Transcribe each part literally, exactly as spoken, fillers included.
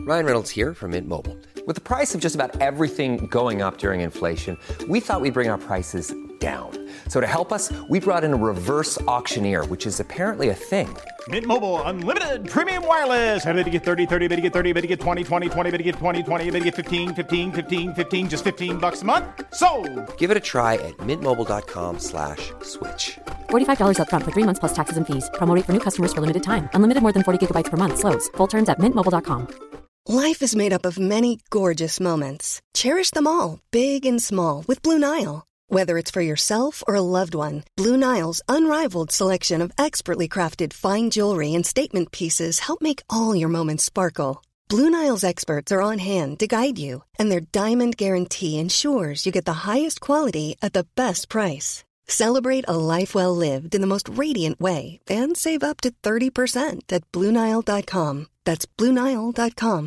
Ryan Reynolds here from Mint Mobile. With the price of just about everything going up during inflation, we thought we'd bring our prices down. So to help us, we brought in a reverse auctioneer, which is apparently a thing. Mint Mobile Unlimited Premium Wireless. How to get thirty, thirty, how to get thirty, how to get twenty, twenty, twenty, how to get twenty, twenty, how to get fifteen, fifteen, fifteen, fifteen, just fifteen bucks a month? Sold! Give it a try at mintmobile.com slash switch. forty-five dollars up front for three months plus taxes and fees. Promo rate for new customers for limited time. Unlimited more than forty gigabytes per month. Slows full terms at mint mobile dot com. Life is made up of many gorgeous moments. Cherish them all, big and small, with Blue Nile. Whether it's for yourself or a loved one, Blue Nile's unrivaled selection of expertly crafted fine jewelry and statement pieces help make all your moments sparkle. Blue Nile's experts are on hand to guide you, and their diamond guarantee ensures you get the highest quality at the best price. Celebrate a life well lived in the most radiant way and save up to thirty percent at blue nile dot com. That's blue nile dot com.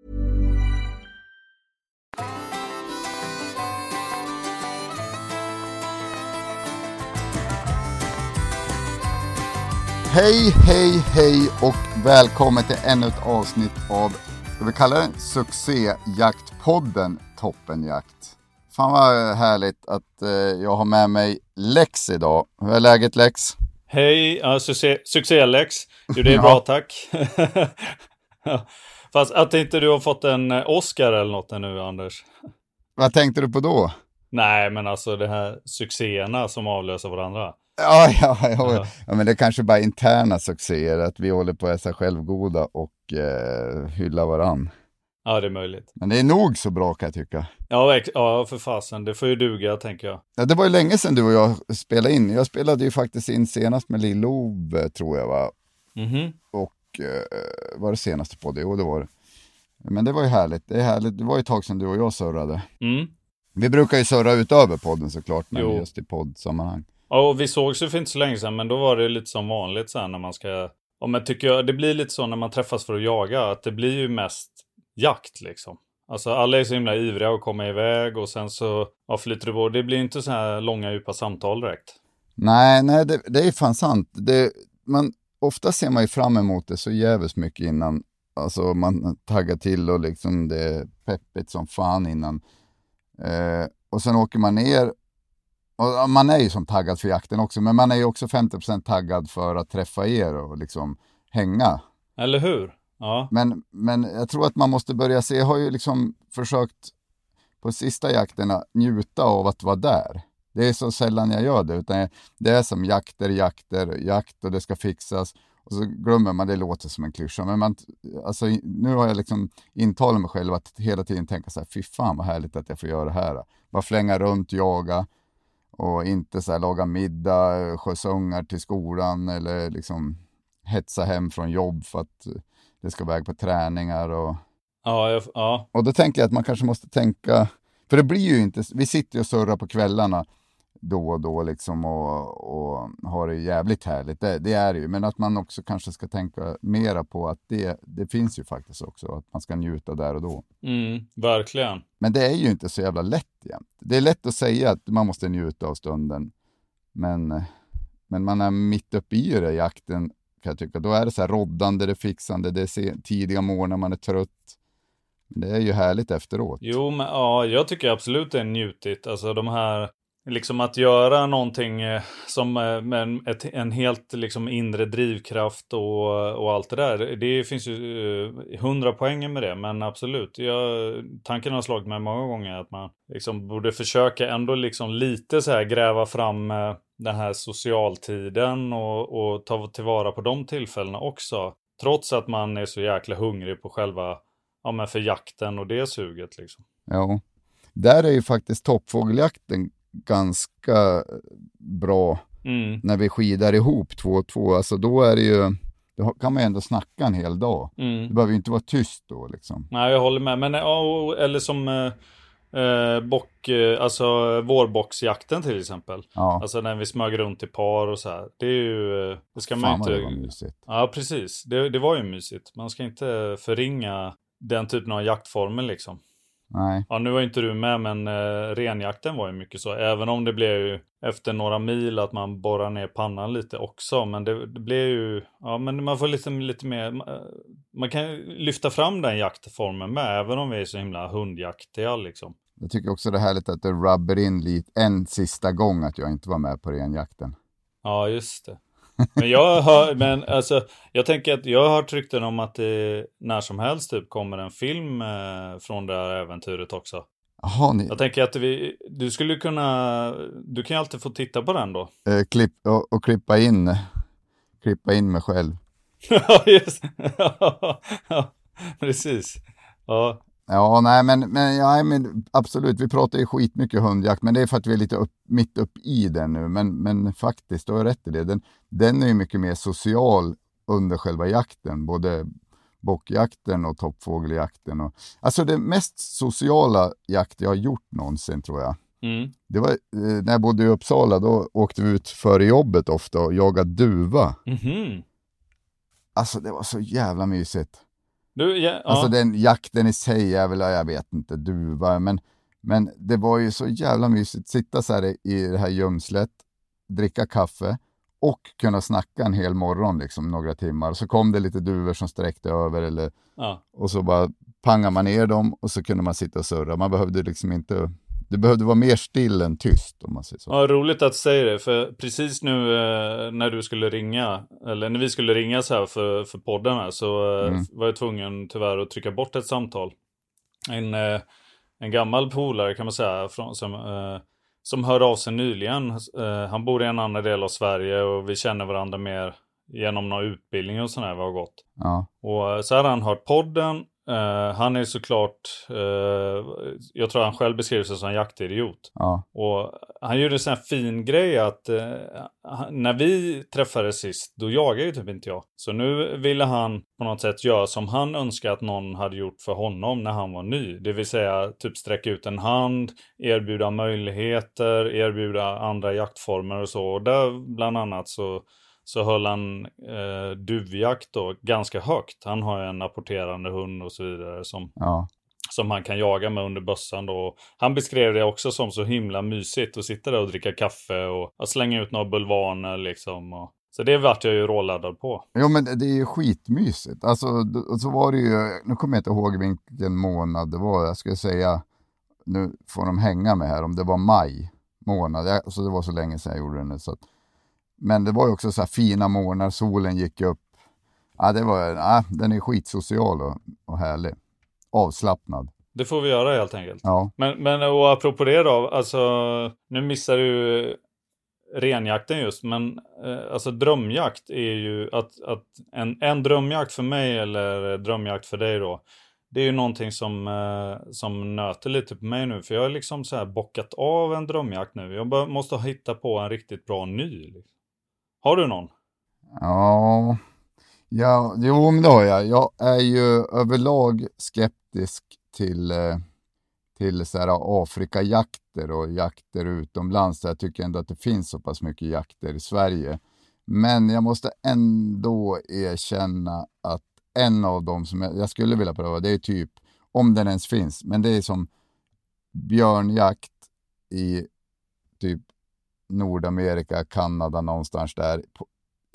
Hej, hej, hej och välkommen till ännu ett avsnitt av, ska vi kalla den, succéjaktpodden Toppenjakt. Fan vad härligt att eh, jag har med mig Lex idag. Hur är läget, Lex? Hej, ja, succé, succé Lex. Jo, det är bra, tack. Fast att inte du har fått en Oscar eller något nu, Anders. Vad tänkte du på då? Nej, men alltså det här succéerna som avlöser varandra. Ja, ja, ja, ja, men det är kanske bara interna succéer, att vi håller på att äta självgoda och eh, hylla varann. Ja, det är möjligt. Men det är nog så bra, kan jag tycka. Ja, ja, för fasen. Det får ju duga, tänker jag. Ja, det var ju länge sedan du och jag spelade in. Jag spelade ju faktiskt in senast med Lill-Ove, tror jag, va? Mhm. Och eh, var det senaste på det? Jo, det var det. Men det var ju härligt. Det är härligt. Det var ju ett tag sedan du och jag surrade. Mm. Vi brukar ju surra utöver podden såklart, men Jo. just i poddsammanhang. Ja, och vi sågs ju för inte så länge sedan, men då var det lite som vanligt sen när man ska... Ja, men tycker jag, det blir lite så när man träffas för att jaga, att det blir ju mest jakt liksom. Alltså alla är så himla ivriga att komma iväg och sen så ja, flyter det på. Det blir inte så här långa djupa samtal direkt. Nej, nej det, det är fan sant. Det, man, ofta ser man ju fram emot det så jävligt mycket innan. Alltså man taggar till och liksom det är peppigt som fan innan. Eh, och sen åker man ner. Och man är ju som taggad för jakten också, men man är ju också femtio procent taggad för att träffa er och liksom hänga. Eller hur? Ja. Men, men jag tror att man måste börja se, jag har ju liksom försökt på sista jakterna njuta av att vara där. Det är så sällan jag gör det, utan det är som jakter, jakter, jakt och det ska fixas. Och så glömmer man, det låter som en klyscha. Men man, alltså, nu har jag liksom intalat mig själv att hela tiden tänka så här, fy fan vad härligt att jag får göra det här. Bara flänga runt, jaga. Och inte så här laga middag, skjutsa ungar till skolan eller liksom hetsa hem från jobb för att det ska väg på träningar. Och, Ja, jag, ja. och då tänker jag att man kanske måste tänka, för det blir ju inte, vi sitter ju och surrar på kvällarna då och då liksom och, och har det jävligt härligt, det, det är det ju. Men att man också kanske ska tänka mera på att det, det finns ju faktiskt också, att man ska njuta där och då. Mm, verkligen. Men det är ju inte så jävla lätt jämt. Det är lätt att säga att man måste njuta av stunden. Men, men man är mitt uppe i det, jakten, kan jag tycka. Då är det så här roddande, det fixande, det är tidiga morgnar, man är trött. Det är ju härligt efteråt. Jo, men ja, jag tycker absolut det är njutigt. Alltså de här, liksom att göra någonting eh, som eh, med en, ett, en helt liksom inre drivkraft och, och allt det där. Det finns ju eh, hundra poänger med det, men absolut. Jag, tanken har slagit mig många gånger att man liksom borde försöka ändå liksom lite så här gräva fram eh, den här socialtiden och, och ta tillvara på de tillfällena också. Trots att man är så jäkla hungrig på själva, ja men för jakten och det suget liksom. Ja, där är ju faktiskt toppfågeljakten ganska bra mm. när vi skidar ihop två och två. Alltså då är det ju, då kan man ju ändå snacka en hel dag. Mm. Det behöver ju inte vara tyst då liksom. Nej, jag håller med. Men ja, eller som eh, bock, alltså vårboxjakten till exempel. Ja. Alltså när vi smög runt i par och så här. Det är ju, det ska man Fan inte... vad det var mysigt. Ja, precis. Det, det var ju mysigt. Man ska inte förringa den typen av jaktformer liksom. Nej. Ja, nu var inte du med, men eh, renjakten var ju mycket så. Även om det blev ju efter några mil att man borrar ner pannan lite också. Men det, det blev ju, ja men man får lite, lite mer, man kan lyfta fram den jaktformen med. Även om vi är så himla hundjaktiga liksom. Jag tycker också det är härligt att det rubber in lite en sista gång att jag inte var med på renjakten. Ja, just det. Men jag har, men alltså, jag tänker att jag har tryckt den om att det när som helst typ kommer en film eh, från det här äventyret också. Jaha, ni... Jag tänker att vi, du skulle kunna, du kan ju alltid få titta på den då. Eh, klipp, och, och klippa in, klippa in mig själv. Ja, just ja, precis. Ja. Ja, nej men, men, ja, men absolut, vi pratar ju skitmycket hundjakt, men det är för att vi är lite upp, mitt upp i den nu, men, men faktiskt, du har rätt i det, den, den är ju mycket mer social under själva jakten, både bockjakten och toppfågeljakten. Och, alltså det mest sociala jakt jag har gjort någonsin tror jag. Mm. Det var eh, när jag bodde i Uppsala, då åkte vi ut före jobbet ofta och jagade duva. Mm-hmm. Alltså det var så jävla mysigt. Du, ja, ja. Alltså den jakten i sig är väl, jag vet inte, duva, men, men det var ju så jävla mysigt. Sitta så här i det här gömslet, dricka kaffe och kunna snacka en hel morgon liksom, några timmar. Så kom det lite duvor som sträckte över eller, Ja. och så bara pangade man ner dem och så kunde man sitta och surra. Man behövde liksom inte, det behövde vara mer still än tyst om man säger så. Ja, roligt att säga det, för precis nu eh, när du skulle ringa, eller när vi skulle ringa så här för, för podden här, så eh, Mm. var jag tvungen tyvärr att trycka bort ett samtal. En, eh, en gammal polare kan man säga, från, som, eh, som hörde av sig nyligen. Eh, han bor i en annan del av Sverige och vi känner varandra mer genom någon utbildning och sådär, vi har gått. Ja. Och så hade han hört podden. Uh, han är såklart, uh, jag tror han själv beskriver sig som en jaktidiot. Ja. Och han gjorde en sån här fin grej att uh, han, när vi träffades sist, då jagade ju typ inte jag. Så nu ville han på något sätt göra som han önskade att någon hade gjort för honom när han var ny. Det vill säga typ sträcka ut en hand, erbjuda möjligheter, erbjuda andra jaktformer och så. Och där bland annat så Så höll han eh, duvjakt då ganska högt. Han har ju en apporterande hund och så vidare som, Ja. som han kan jaga med under bössan då. Han beskrev det också som så himla mysigt att sitta där och dricka kaffe och, och slänga ut några bulvaner liksom. Och, så det vart jag ju råladdad på. Jo, men det är ju skitmysigt. Alltså, och så var det ju, nu kommer jag inte ihåg vilken månad det var. Jag skulle säga, nu får de hänga med här, om det var maj månad. Jag, alltså det var så länge sedan jag gjorde det nu, så att, men det var ju också så här fina morgnar, solen gick upp. Ja, det var, ja, den är skitsocial och, och härlig. Avslappnad. Det får vi göra helt enkelt. Ja. Men, men och apropå det då, alltså nu missar du renjakten just, men eh, alltså drömjakt är ju att, att en, en drömjakt för mig eller drömjakt för dig då, det är ju någonting som, eh, som nöter lite på mig nu, för jag har liksom så här bockat av en drömjakt nu. Jag bara måste hitta på en riktigt bra ny. Liksom. Har du någon? Ja, ja, jo men det har jag. Jag är ju överlag skeptisk till, till så här Afrikajakter och jakter utomlands. Jag tycker ändå att det finns så pass mycket jakter i Sverige. Men jag måste ändå erkänna att en av dem som jag, jag skulle vilja pröva, det är typ, om den ens finns, men det är som björnjakt i typ Nordamerika, Kanada, någonstans där på,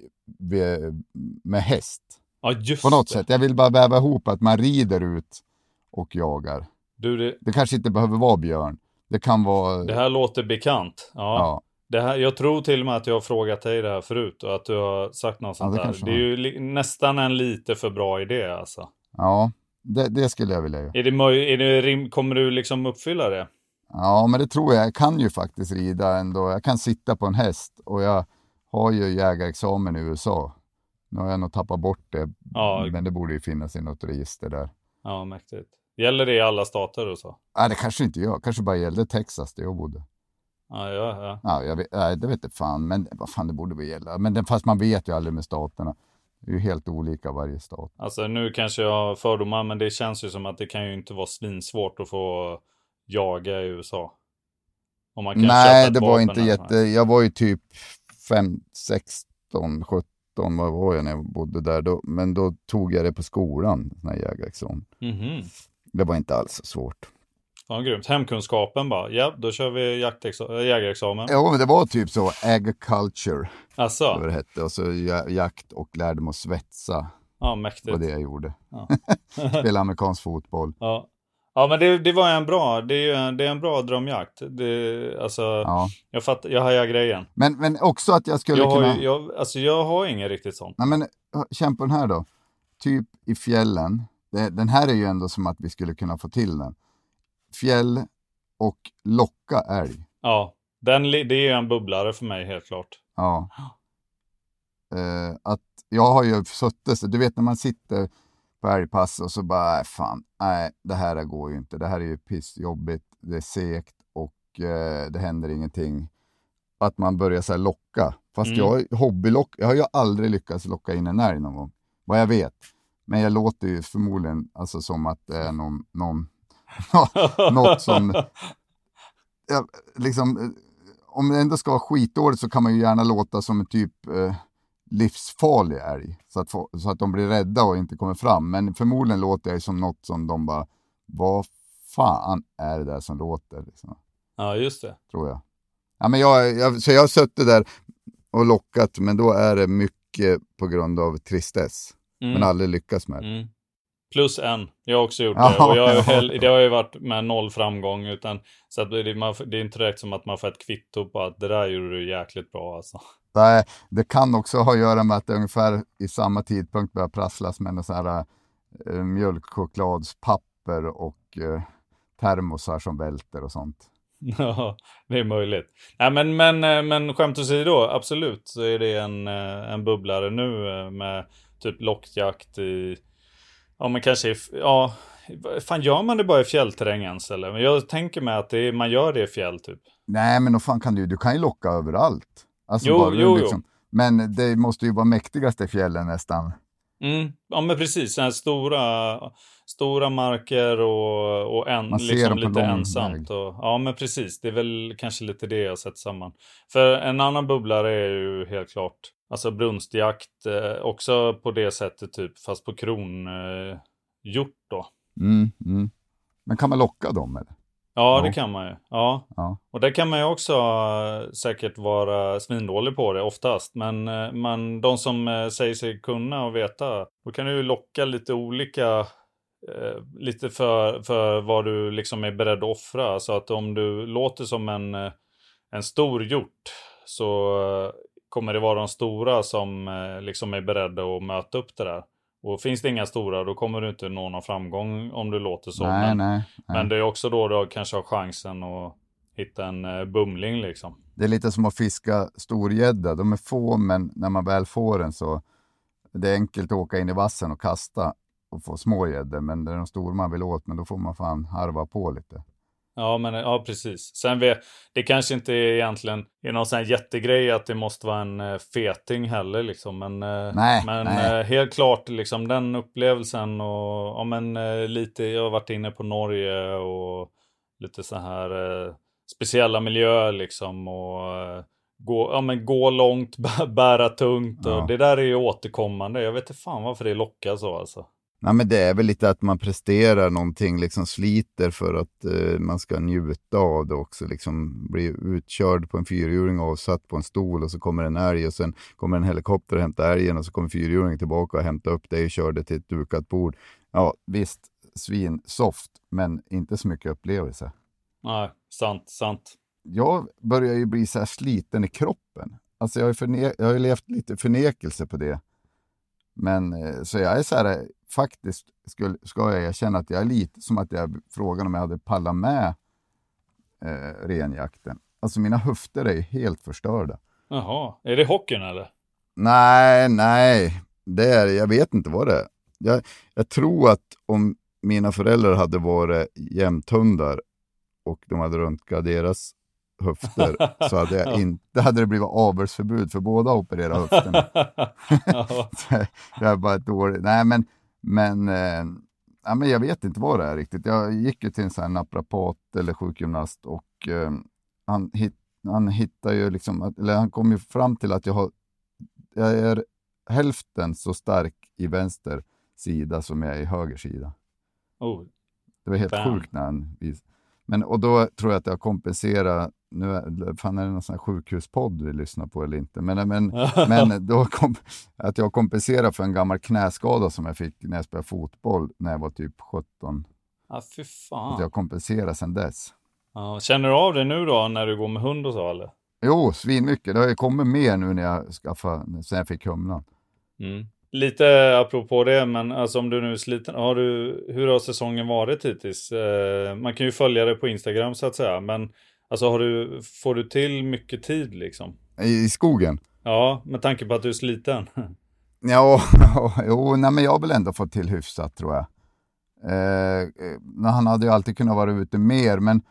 med häst. Ja, just på något det. sätt. Jag vill bara väva ihop att man rider ut och jagar. Du, det, det kanske inte behöver vara björn. Det kan vara... Det här låter bekant. Ja. Ja. Det här, jag tror till och med att jag har frågat dig det här förut och att du har sagt något sånt ja, det där. Det är ju li- nästan en lite för bra idé alltså. Ja, det, det skulle jag vilja göra. Är det möj- är det rim- kommer du liksom uppfylla det? Ja, men det tror jag. Jag kan ju faktiskt rida ändå. Jag kan sitta på en häst och jag har ju jägarexamen i U S A. Nu har jag nog tappat bort det, Ja. men det borde ju finnas i något register där. Ja, mäktigt. Gäller det i alla stater och så? Nej, det kanske inte gör. Kanske bara gällde Texas där jag bodde. Ja, ja, ja. Ja, jag vet, nej, det vet jag fan, men vad fan det borde väl gälla. Men det, fast man vet ju aldrig med staterna. Det är ju helt olika varje stat. Alltså nu kanske jag har fördomar, men det känns ju som att det kan ju inte vara svinsvårt att få jaga i U S A. Om man kan Nej, köpa ett det var vapen inte här. jätte... Jag var ju typ fem, sexton, sjutton, vad var jag när jag bodde där. Då, men då tog jag det på skolan, när jag jägarexamen. Mhm. Det var inte alls så svårt. Fan grymt. Hemkunskapen bara. Ja, då kör vi jaktexa- jägarexamen. Ja, men det var typ så. Agriculture. Alltså. Vad det hette. Och så jakt och lärde mig att svetsa. Ja, mäktigt. Och det jag gjorde. Ja. Spela amerikansk fotboll. Ja. Ja, men det, det var en bra, det är ju en, det är en bra drömjakt. Det, alltså, ja. jag fattar, jag hajar grejen. Men, men också att jag skulle jag kunna... Har, jag, alltså jag har ingen riktigt sånt. Nej, men känn på den här då. Typ i fjällen. Det, den här är ju ändå som att vi skulle kunna få till den. Fjäll och locka älg. Ja, den, det är ju en bubblare för mig helt klart. Ja. Uh, att jag har ju suttit så, du vet när man sitter på älgpass och så bara, fan, nej, det här går ju inte. Det här är ju pissjobbigt, det är segt och uh, det händer ingenting. Att man börjar så här locka. Fast mm. jag hobbylock, jag har ju aldrig lyckats locka in en älg någon gång. Vad jag vet. Men jag låter ju förmodligen alltså som att det är någon, någon något som ja, liksom, om det ändå ska vara skitåret så kan man ju gärna låta som en typ eh, livsfarlig älg. Så att, få, så att de blir rädda och inte kommer fram. Men förmodligen låter jag som något som de bara, vad fan är det där som låter? Liksom. Ja, just det. Tror jag. Ja, men jag, jag, så jag har suttit där och lockat, men då är det mycket på grund av tristess. Mm. Men aldrig lyckas med det. Mm. Plus en. Jag har också gjort det. Och jag har hell- det har ju varit med noll framgång. Utan, så att det, man, det är inte direkt som att man får ett kvitto på att det där gjorde du jäkligt bra. Alltså. Nej, det kan också ha att göra med att det ungefär i samma tidpunkt börjar prasslas med en sån här äh, mjölkkokladspapper och äh, termosar som välter och sånt. Ja, det är möjligt. Nej, men, men, men skämt åsido, absolut så är det en, en bubblare nu med typ lockjakt i, ja men kanske, ja, fan gör man det bara i fjällterrängen eller? Men jag tänker mig att det är, man gör det i fjäll typ. Nej, men då fan kan du, du kan ju locka överallt. Alltså jo, bara, jo, liksom, jo. Men det måste ju vara mäktigaste fjällen nästan. Mm, ja men precis, så här stora, stora marker och, och en, liksom lite ensamt. Och, ja men precis, det är väl kanske lite det jag sett samman. För en annan bubblare är ju helt klart, alltså brunstjakt, eh, också på det sättet typ, fast på kronhjort eh, då. Mm, mm. Men kan man locka dem eller? Ja, ja, det kan man ju. Ja. ja. Och där kan man ju också uh, säkert vara svindålig på det oftast. Men, uh, man, de som uh, säger sig kunna och veta, då kan du ju locka lite olika, uh, lite för, för vad du liksom är beredd att offra. Så att om du låter som en, uh, en stor hjort så uh, kommer det vara de stora som uh, liksom är beredda att möta upp det där. Och finns det inga stora, då kommer du inte nå någon framgång om du låter så. Nej, men, nej, nej. men det är också då du kanske har chansen att hitta en uh, bumling liksom. Det är lite som att fiska storgädda. De är få, men när man väl får den så det är enkelt att åka in i vassen och kasta och få små gäddor. Men det är de stora man vill åt, men då får man fan harva på lite. Ja, men ja, precis. Sen vet, det kanske inte är egentligen är någon sån här jättegrej att det måste vara en uh, feting heller liksom. Men, uh, nej, men nej. Uh, helt klart liksom den upplevelsen och ja, men, uh, lite, jag har varit inne på Norge och lite så här uh, speciella miljöer liksom och uh, gå, ja, men, gå långt, bära tungt och ja. Det där är ju återkommande. Jag vet inte fan varför det lockar så alltså. Nej, men det är väl lite att man presterar någonting, liksom sliter för att eh, man ska njuta av det också. Liksom bli utkörd på en fyrhjuling och satt på en stol och så kommer en älg och sen kommer en helikopter och hämtar älgen och så kommer fyrhjulingen tillbaka och hämtar upp dig och kör det till ett dukat bord. Ja, visst, svin soft, men inte så mycket upplevelse. Nej, sant, sant. Jag börjar ju bli så här sliten i kroppen. Alltså jag har ju, förne- jag har ju levt lite förnekelse på det. Men så jag är så här, faktiskt skulle, ska jag erkänna att jag är lite som att jag frågade om jag hade pallat med eh, renjakten. Alltså mina höfter är helt förstörda. Jaha, är det hockeyn eller? Nej, nej. Det är, jag vet inte vad det är. Jag, jag tror att om mina föräldrar hade varit jämthundar och de hade röntgat deras höfter så hade jag inte hade det blivit avelsförbud för båda att operera höfterna. Jag är bara dålig. Nej men men, eh, ja, men jag vet inte vad det är riktigt. Jag gick ju till en sån här naprapat eller sjukgymnast och eh, han hit, han hittar ju liksom eller han kom ju fram till att jag har jag är hälften så stark i vänster sida som jag är i höger sida. Oh. Det var helt Bam. sjukt när han vis- Men, och då tror jag att jag kompenserar, nu är, fan är det någon sån här sjukhuspodd vi lyssnar på eller inte, men, men, men då kom, att jag kompenserar för en gammal knäskada som jag fick när jag spelade fotboll när jag var typ sjutton. Ja, fy fan. Att jag kompenserar sedan dess. Ja, känner du av det nu då när du går med hund och så eller? Jo, svin mycket. Det har ju kommit mer nu när jag skaffade, sen jag fick humlan. Mm. Lite apropå det, men alltså om du nu är sliten, har du, hur har säsongen varit hittills? Eh, man kan ju följa det på Instagram så att säga, men alltså har du, får du till mycket tid liksom? I, i skogen? Ja, med tanke på att du är sliten. Ja, jo, nej, men jag har väl ändå fått till hyfsat tror jag. Eh, han hade ju alltid kunnat vara ute mer, men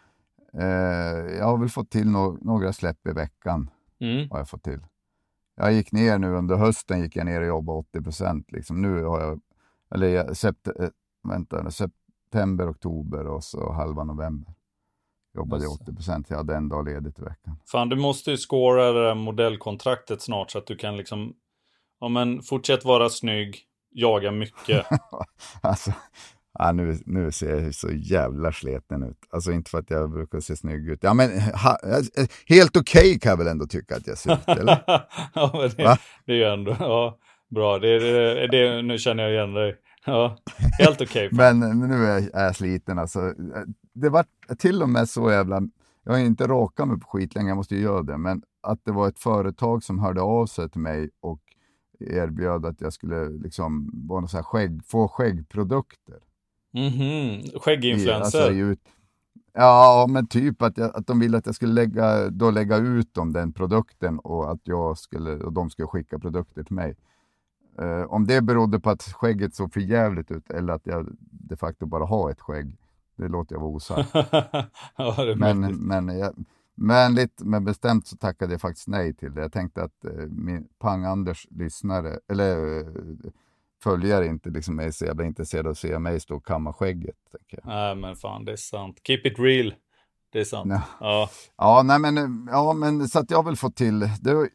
eh, jag har väl fått till no- några släpp i veckan. Mm. Har jag fått till. Jag gick ner nu under hösten, gick jag ner och jobbade åttio procent. Liksom. Nu har jag, eller jag, sept, äh, vänta, september, oktober och så halva november. Jobbade jag åttio procent, jag hade en dag ledigt i veckan. Fan, du måste ju scora det där modellkontraktet snart så att du kan liksom, ja men fortsätt vara snygg, jaga mycket. Alltså, ja, nu, nu ser jag så jävla sleten ut. Alltså inte för att jag brukar se snygg ut. Ja men ha, helt okej okay kan jag väl ändå tycka att jag ser ut, eller? Ja men det, det är ju ändå, ja, bra. Det, det, det, nu känner jag igen dig. Ja, helt okej. Okay, men nu är jag, är jag sliten alltså. Det var till och med så jävla, jag har inte rakat mig på skit länge, jag måste ju göra det. Men att det var ett företag som hörde av sig till mig och erbjöd att jag skulle liksom vara någon så här skägg, få skäggprodukter. Mhm, skägginfluencer. Alltså, ut, ja, men typ att, jag, att de ville att jag skulle lägga, då lägga ut om den produkten och att jag skulle, och de skulle skicka produkter till mig. Uh, om det berodde på att skägget såg för jävligt ut eller att jag de facto bara har ett skägg, det låter jag vara osagt. Ja, det är men, men, jag, men lite men bestämt så tackade jag faktiskt nej till det. Jag tänkte att uh, min Pang-Anders lyssnare, eller uh, följare inte liksom är så jävla intresserade av att se mig stå och kamma skägget. Jag. Nej men fan, det är sant. Keep it real. Det är sant. Ja, ja. ja nej men, ja, men så att jag har väl fått till det.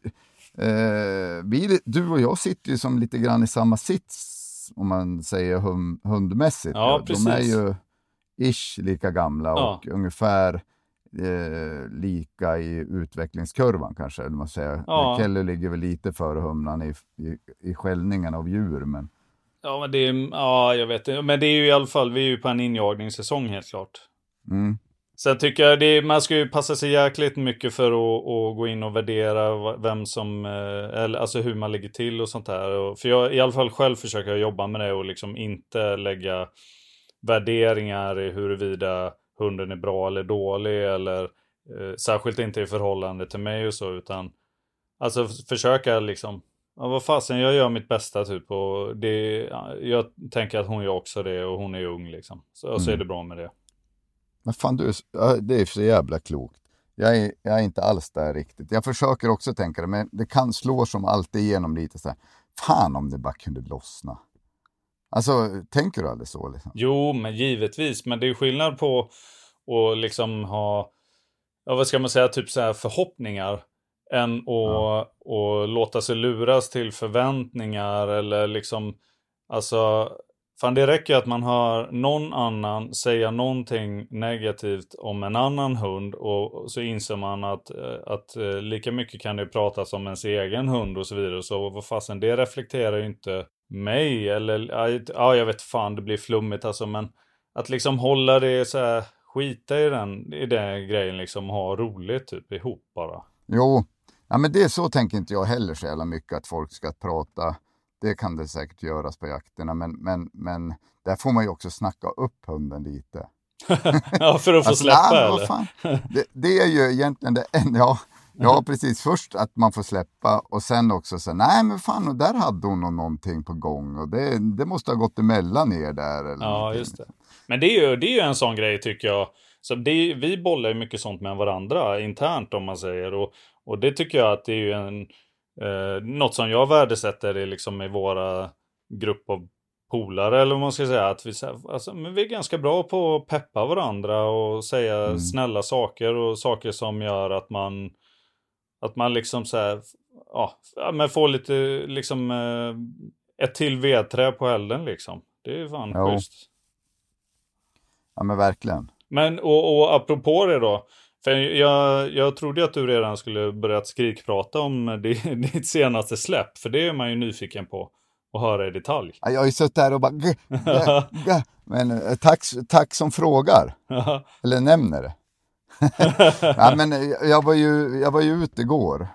Eh, vi, du och jag sitter ju som lite grann i samma sits om man säger hum, hundmässigt. Ja, ja. De är ju ish lika gamla ja. och ungefär eh, lika i utvecklingskurvan kanske. Eller man säger. Ja. Kelly ligger väl lite före humlan i, i, i skällningen av djur. Men... Ja, men det är, ja, jag vet inte. Men det är ju i alla fall, vi är ju på en injagningssäsong helt klart. Mm. Sen tycker jag det, man ska ju passa sig jäkligt mycket för att, att gå in och värdera vem som, eller alltså hur man ligger till och sånt där. För jag i alla fall själv försöker jag jobba med det och liksom inte lägga värderingar i huruvida hunden är bra eller dålig eller eh, särskilt inte i förhållande till mig och så, utan alltså försöka liksom, ja vad fasen, jag gör mitt bästa typ och det, ja, jag tänker att hon gör också det och hon är ung liksom. Så, och så är det bra med det. Men fan du, det är så jävla klokt. Jag är, jag är inte alls där riktigt. Jag försöker också tänka det, men det kan slå som alltid igenom lite så här. Fan om det bara kunde lossna. Alltså, tänker du aldrig så? Liksom? Jo, men givetvis. Men det är skillnad på att liksom ha, ja, vad ska man säga, typ så här förhoppningar än att ja. och låta sig luras till förväntningar eller liksom, alltså... Fan, det räcker att man hör någon annan säga någonting negativt om en annan hund och så inser man att, att lika mycket kan det pratas om ens egen hund och så vidare. Så vad fasen, det reflekterar ju inte mig eller, ja jag vet fan, det blir flummigt alltså, men att liksom hålla det så här, skita i den, i den grejen liksom, ha roligt typ ihop bara. Jo, ja men det är så tänker inte jag heller så jävla mycket att folk ska prata. Det kan det säkert göras på jakterna, men, men, men där får man ju också snacka upp hunden lite. Ja, för att få alltså, släppa nej, eller? Fan. Det, det är ju egentligen det enda, ja, ja precis, först att man får släppa och sen också så, nej men fan, och där hade hon någonting på gång och det, det måste ha gått emellan er där. Eller ja, någonting. Just det. Men det är ju, det är ju en sån grej tycker jag. Så det, vi bollar ju mycket sånt med varandra internt om man säger, och, och det tycker jag att det är ju en... Eh, något som jag värdesätter är liksom i våra grupp av polare eller vad man ska säga, att vi, alltså, men vi är ganska bra på att peppa varandra och säga mm. snälla saker och saker som gör att man att man liksom så här, ja, men får lite liksom eh, ett till vedträ på elden liksom. Det är fan jo. schysst. Ja men verkligen. Men och, och apropå det då. För jag, jag trodde att du redan skulle börjat skrikprata om ditt senaste släpp. För det är man ju nyfiken på att höra i detalj. Jag har ju suttit här och bara... G, g, g. Men eh, tack, tack som frågar. Eller nämner det. Ja, men jag var ju, jag var ju ute igår.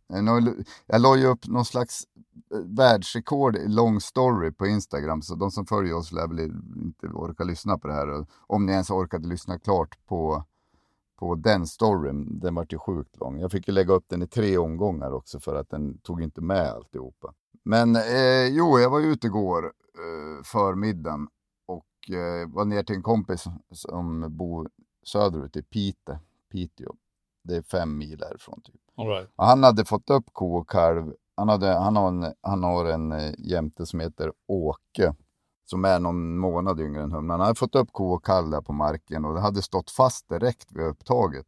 Jag la ju upp någon slags världsrekord i long story på Instagram. Så de som följer oss lär väl inte orka lyssna på det här. Om ni ens orkade lyssna klart på... på den storyn, den var ju sjukt lång. Jag fick ju lägga upp den i tre omgångar också för att den tog inte med alltihopa. Men eh, jo, jag var ute igår eh, förmiddagen och eh, var ner till en kompis som bor söderut i Pite, Piteå. Det är fem mil härifrån typ. All right. Och han hade fått upp ko och kalv. Han, hade, han har en, han har en eh, jämte som heter Åke. Som är någon månad yngre än humlan. Han hade fått upp ko och kalv där på marken. Och det hade stått fast direkt vid upptaget.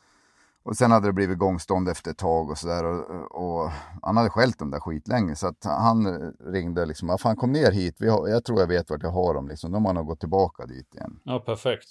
Och sen hade det blivit gångstånd efter ett tag och sådär. Och, och han hade skällt dem där skitlänge. Så att han ringde liksom. Ja, fan kom ner hit. Vi har, jag tror jag vet vart jag har dem liksom. De har nog gått tillbaka dit igen. Ja, perfekt.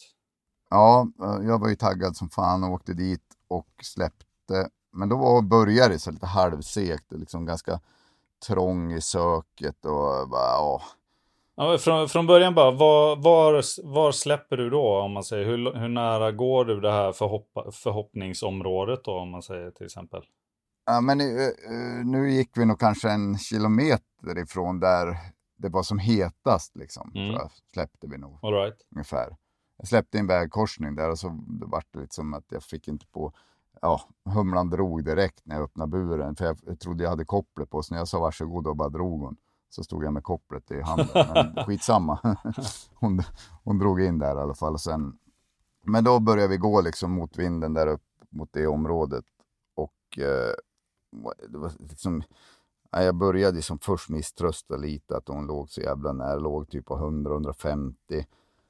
Ja, jag var ju taggad som fan och åkte dit och släppte. Men då var började det så lite halvsekt. Och liksom ganska trång i söket. Och bara, ja... Ja, från, från början bara, var, var, var släpper du då om man säger, hur, hur nära går du det här förhopp, förhoppningsområdet då om man säger till exempel? Ja men uh, nu gick vi nog kanske en kilometer ifrån där det var som hetast liksom, mm. så släppte vi nog. All right. Ungefär. Jag släppte en vägkorsning där och så var det lite som att jag fick inte på, ja humlan drog direkt när jag öppnade buren för jag, jag trodde jag hade kopplet på så när jag sa varsågod och bara drog hon. Så stod jag med kopplet i handen. Men skitsamma. hon, hon drog in där i alla fall. Och sen, men då började vi gå liksom mot vinden där upp mot det området. Och eh, det var liksom... Jag började liksom först misströsta lite att hon låg så jävla nära. Låg typ på hundra till hundrafemtio.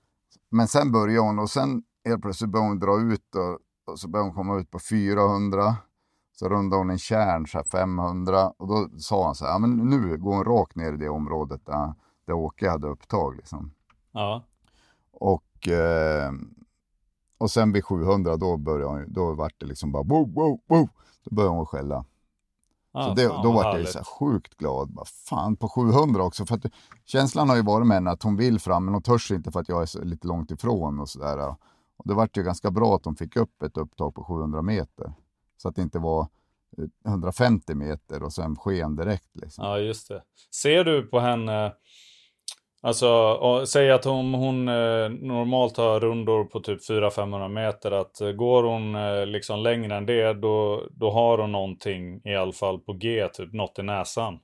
Men sen började hon och sen helt plötsligt började hon dra ut. Och, och så började hon komma ut på fyrahundra. Så rundade hon en kärn så här femhundra och då sa han så här, ja men nu går hon rakt ner i det området där, där Åke hade upptag liksom. Ja. Och, eh, och sen vid sjuhundra då började hon, då var det liksom bara wow, wow, wow. Då började hon skälla. Ah, så det, fan, då var härligt. jag så här sjukt glad. Bara, fan på sjuhundra också. För att känslan har ju varit med henne att hon vill fram men hon törs inte för att jag är så, lite långt ifrån och sådär. Och det var ju ganska bra att hon fick upp ett upptag på sjuhundra meter. Så att det inte var hundrafemtio meter och sen sken direkt. Liksom. Ja, just det. Ser du på henne, alltså säg att hon, hon eh, normalt har rundor på typ fyra till femhundra meter, att eh, går hon eh, liksom längre än det, då, då har hon någonting i alla fall på G, typ något i näsan.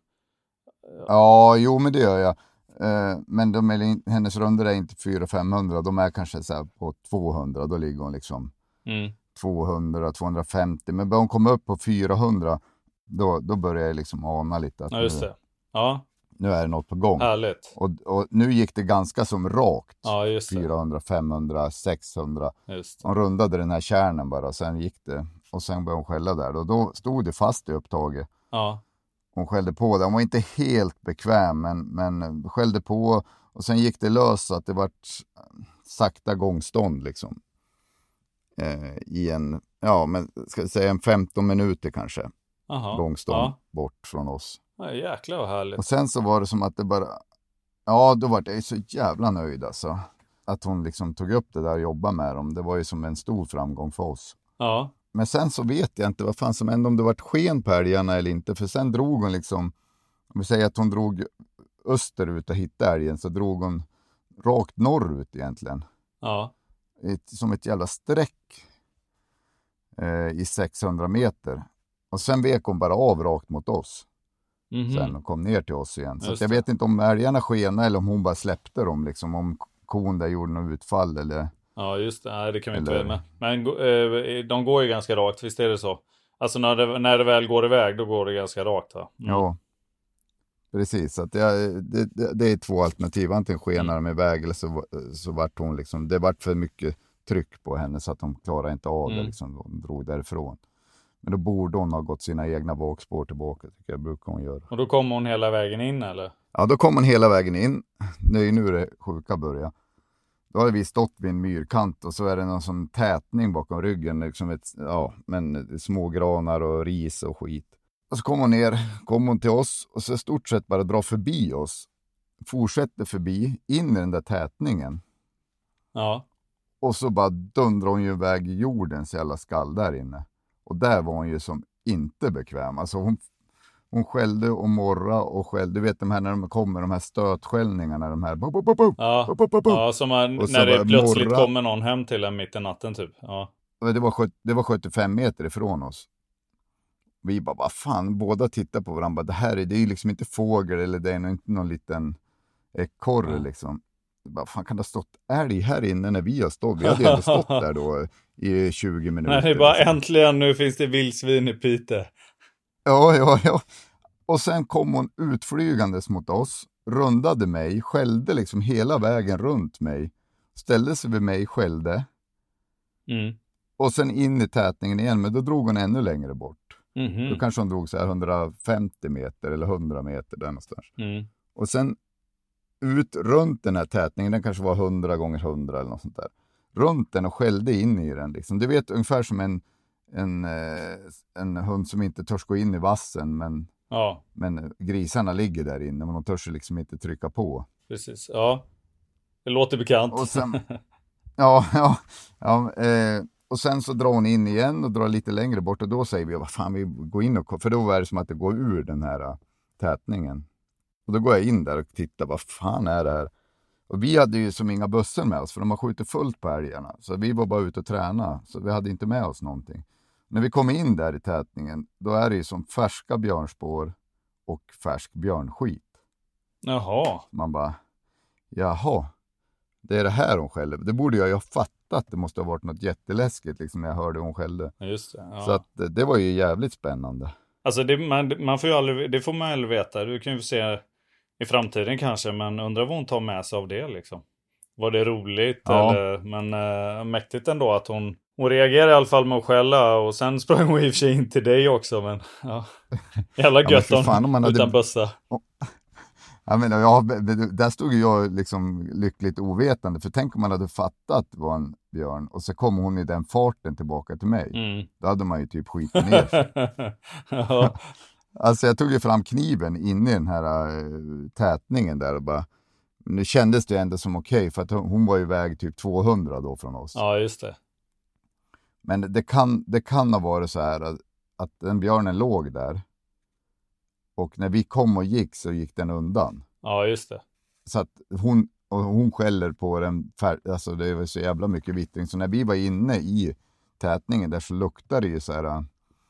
Ja, jo men det gör jag. Eh, men de är, hennes rundor är inte fyra till femhundra, de är kanske så här på tvåhundra, då ligger hon liksom... Mm. tvåhundra till tvåhundrafemtio, men börjar hon komma upp på fyrahundra då, då börjar jag liksom ana lite att ja, just det. Ja. Nu, nu är det något på gång. Härligt. Och, och nu gick det ganska som rakt. Ja, just det. fyrahundra, femhundra, sexhundra. Just det. Hon rundade den här kärnen bara, sen gick det. Och sen började hon skälla där. Och då stod det fast i upptaget. Ja. Hon skällde på det. Hon var inte helt bekväm, men, men skällde på. Och sen gick det lös så att det var sakta gångstånd liksom. I en, ja men ska jag säga en femton minuter kanske. Aha, gångstånd ja. Bort från oss. Ja, jäklar vad härligt. Och sen så var det som att det bara, ja då var jag så jävla nöjd alltså. Att hon liksom tog upp det där och jobbade med dem. Det var ju som en stor framgång för oss. Ja. Men sen så vet jag inte vad fan som hände, om det var ett sken på älgarna eller inte. För sen drog hon liksom, om vi säger att hon drog österut och hittade älgen, så drog hon rakt norrut egentligen. Ja. Ett, som ett jävla streck eh, i sexhundra meter. Och sen vek hon bara av rakt mot oss. Mm-hmm. Sen och kom ner till oss igen. Så att jag vet inte om älgarna skena eller om hon bara släppte dem. Liksom, om kon där gjorde något utfall eller... Ja, just det. Nej, det kan vi eller... inte med. Men eh, de går ju ganska rakt, visst är det så? Alltså när det, när det väl går iväg, då går det ganska rakt, va? Mm. Ja, precis. Så att det, det, det, det är två alternativ. Antingen skenar de iväg eller så, så vart hon liksom... Det vart för mycket tryck på henne så att hon klarade inte av det. Mm. Liksom, hon drog därifrån. Men då borde hon ha gått sina egna vågspår tillbaka, tycker jag brukar hon göra. Och då kommer hon hela vägen in, eller? Ja, då kom hon hela vägen in. Det är ju nu det sjuka börjar. Då hade vi stått vid en myrkant och så är det någon sån tätning bakom ryggen. Liksom ett, ja, men små granar och ris och skit. Och så kom hon ner, kom hon till oss och så stort sett bara dra förbi oss. Fortsätter förbi, in i den där tätningen. Ja. Och så bara dundrar hon ju iväg jordens jävla skall där inne. Och där var hon ju som inte bekväm. Alltså hon, hon skällde och morra och skällde. Du vet de här när de kommer, de här stötskällningarna. De här... Bo, bo, bo, bo, Ja, bo, bo, bo, bo. ja som man, när det plötsligt morra. Kommer någon hem till en mitt i natten typ. Ja. Det var, det var sjuttiofem meter ifrån oss. Vi bara, vad fan, båda tittar på varandra. Det här är, det är ju liksom inte fågel eller det är inte någon liten ekorre mm. liksom. Bara, fan kan det ha stått älg här inne när vi har stått? Vi hade ju ändå stått där då i tjugo minuter. Nej, det är bara liksom. Äntligen, nu finns det vildsvin i Pite. Ja, ja, ja. Och sen kom hon utflygandes mot oss, rundade mig, skällde liksom hela vägen runt mig. Ställde sig vid mig, skällde. Mm. Och sen in i tätningen igen, men då drog hon ännu längre bort. Mm-hmm. Då kanske hon drog så här hundrafemtio meter eller hundra meter där någonstans. Mm. Och sen ut runt den här tätningen, den kanske var hundra gånger hundra eller något sånt där. Runt den och skällde in i den liksom. Du vet ungefär som en, en, en hund som inte törs gå in i vassen, men, ja. men grisarna ligger där inne men de törs liksom inte trycka på. Precis, ja. Det låter bekant. Och sen, ja, ja, ja eh, och sen så drar hon in igen och drar lite längre bort och då säger vi, vad fan, vi går in och, för då är det som att det går ur den här tätningen. Och då går jag in där och tittar, vad fan är det här? Och vi hade ju som inga bussar med oss, för de har skjutit fullt på älgarna. Så vi var bara ute och träna, så vi hade inte med oss någonting. När vi kom in där i tätningen, då är det ju som färska björnspår och färsk björnskit. Jaha. Man bara, jaha, det är det här hon skällde. Det borde jag ju ha fattat, det måste ha varit något jätteläskigt liksom när jag hörde hon skällde. Just det, ja. Så att det var ju jävligt spännande. Alltså det, man, man får ju aldrig, det får man aldrig veta. Du kan ju få se i framtiden kanske, men undrar vad hon tar med sig av det liksom. Var det roligt? Ja. Eller, men äh, mäktigt ändå att hon, hon reagerade i alla fall med att skälla och sen sprang hon i och för sig in till dig också, men ja. Jävla gött ja, fan, om man utan hade... bössa. Jag menar, ja, där stod ju jag liksom lyckligt ovetande, för tänk om man hade fattat vad en björn och så kom hon i den farten tillbaka till mig. Mm. Då hade man ju typ skitit ner sig. Ja. Alltså jag tog ju fram kniven in i den här uh, tätningen där och bara, nu kändes det ändå som okej, okay, för att hon, hon var ju väg typ tvåhundra då från oss. Ja, just det. Men det kan, det kan ha varit så här att, att den björnen låg där. Och när vi kom och gick så gick den undan. Ja, just det. Så att hon, och hon skäller på den, alltså det var så jävla mycket vittring. Så när vi var inne i tätningen där så luktade det ju så här,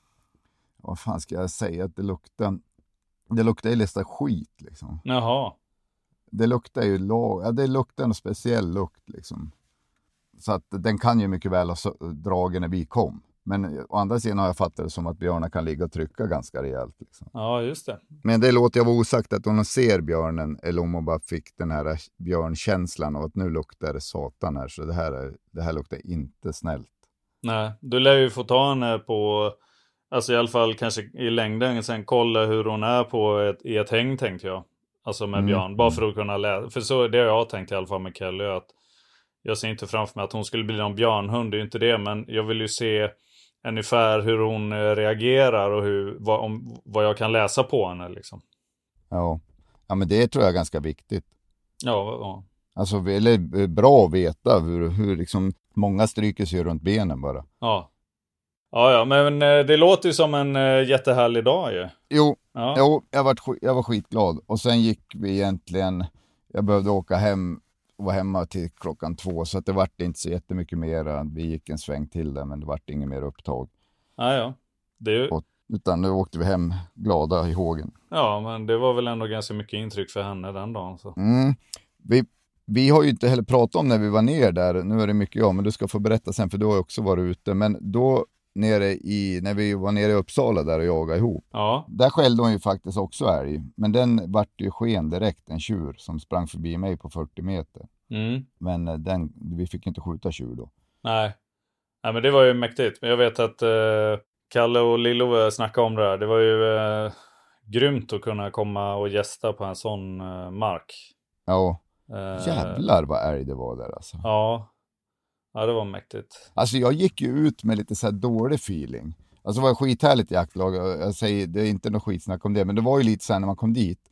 vad fan ska jag säga, att det luktar, det luktar ju nästan skit liksom. Jaha. Det luktar ju, ja det luktar en speciell lukt liksom. Så att den kan ju mycket väl ha dragen när vi kom. Men å andra sidan har jag fattat det som att björnar kan ligga och trycka ganska rejält. Liksom. Ja, just det. Men det låter jag vara osagt att hon ser björnen eller om hon bara fick den här björnkänslan av att nu luktar det satan här. Så det här, är, det här luktar inte snällt. Nej, du lär ju få ta henne på, alltså i alla fall kanske i längden, sen kolla hur hon är på ett, i ett häng tänkte jag. Alltså med mm. björn, bara för att kunna läsa. För så det har jag tänkt i alla fall med Kelly, att jag ser inte framför mig att hon skulle bli någon björnhund, det är ju inte det, men jag vill ju se ungefär hur hon reagerar och hur, vad, om, vad jag kan läsa på henne liksom. Ja. Ja, men det tror jag är ganska viktigt. Ja, ja. Alltså, eller bra att veta hur, hur liksom, många stryker sig runt benen bara. Ja. Ja, ja, men det låter ju som en jättehärlig dag ju. Jo, ja. jo jag, var, jag var skitglad. Och sen gick vi egentligen, jag behövde åka hem och var hemma till klockan två, så att det vart inte så jättemycket mer. Vi gick en sväng till där, men det vart inget mer upptag. Ja, ja. Det är ju... och, utan nu åkte vi hem glada i hågen. Ja, men det var väl ändå ganska mycket intryck för henne den dagen. Så. Mm. Vi, vi har ju inte heller pratat om när vi var ner där. Nu är det mycket jag, men du ska få berätta sen, för du har också varit ute. Men då nere i, när vi var nere i Uppsala där och jagade ihop. Ja. Där skällde hon ju faktiskt också älg. Men den vart ju sken direkt, en tjur som sprang förbi mig på fyrtio meter. Mm. Men den, vi fick inte skjuta tjur då. Nej. Nej, men det var ju mäktigt. Men jag vet att eh, Kalle och Lillo snackade om det här. Det var ju eh, grymt att kunna komma och gästa på en sån eh, mark. Ja. Uh, Jävlar vad älg det var där alltså. Ja. Ja, det var mäktigt. Alltså jag gick ju ut med lite så här dålig feeling. Alltså det var skithärligt jaktlag. Jag säger, det är inte något skitsnack om det. Men det var ju lite så här när man kom dit.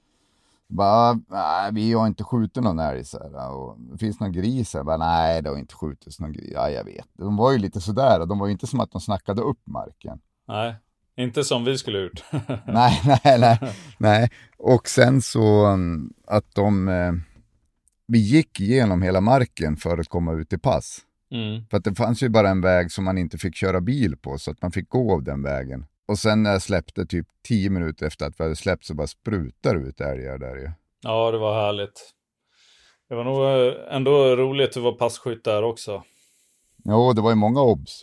Bara, nej, vi har inte skjutit någon älg så här. Och det finns någon gris här. Bara, nej, det har inte skjutits någon gris. Ja, jag vet. De var ju lite sådär. De var ju inte som att de snackade upp marken. Nej, inte som vi skulle gjort. nej, nej, nej, nej. Och sen så att de... Eh, vi gick igenom hela marken för att komma ut i pass. Mm. För att det fanns ju bara en väg som man inte fick köra bil på. Så att man fick gå av den vägen. Och sen när jag släppte typ tio minuter efter att vi hade släppt så bara sprutar ut älgar där ju. Ja, det var härligt. Det var nog ändå roligt att vara passkytt där också. Jo, det var ju många obs.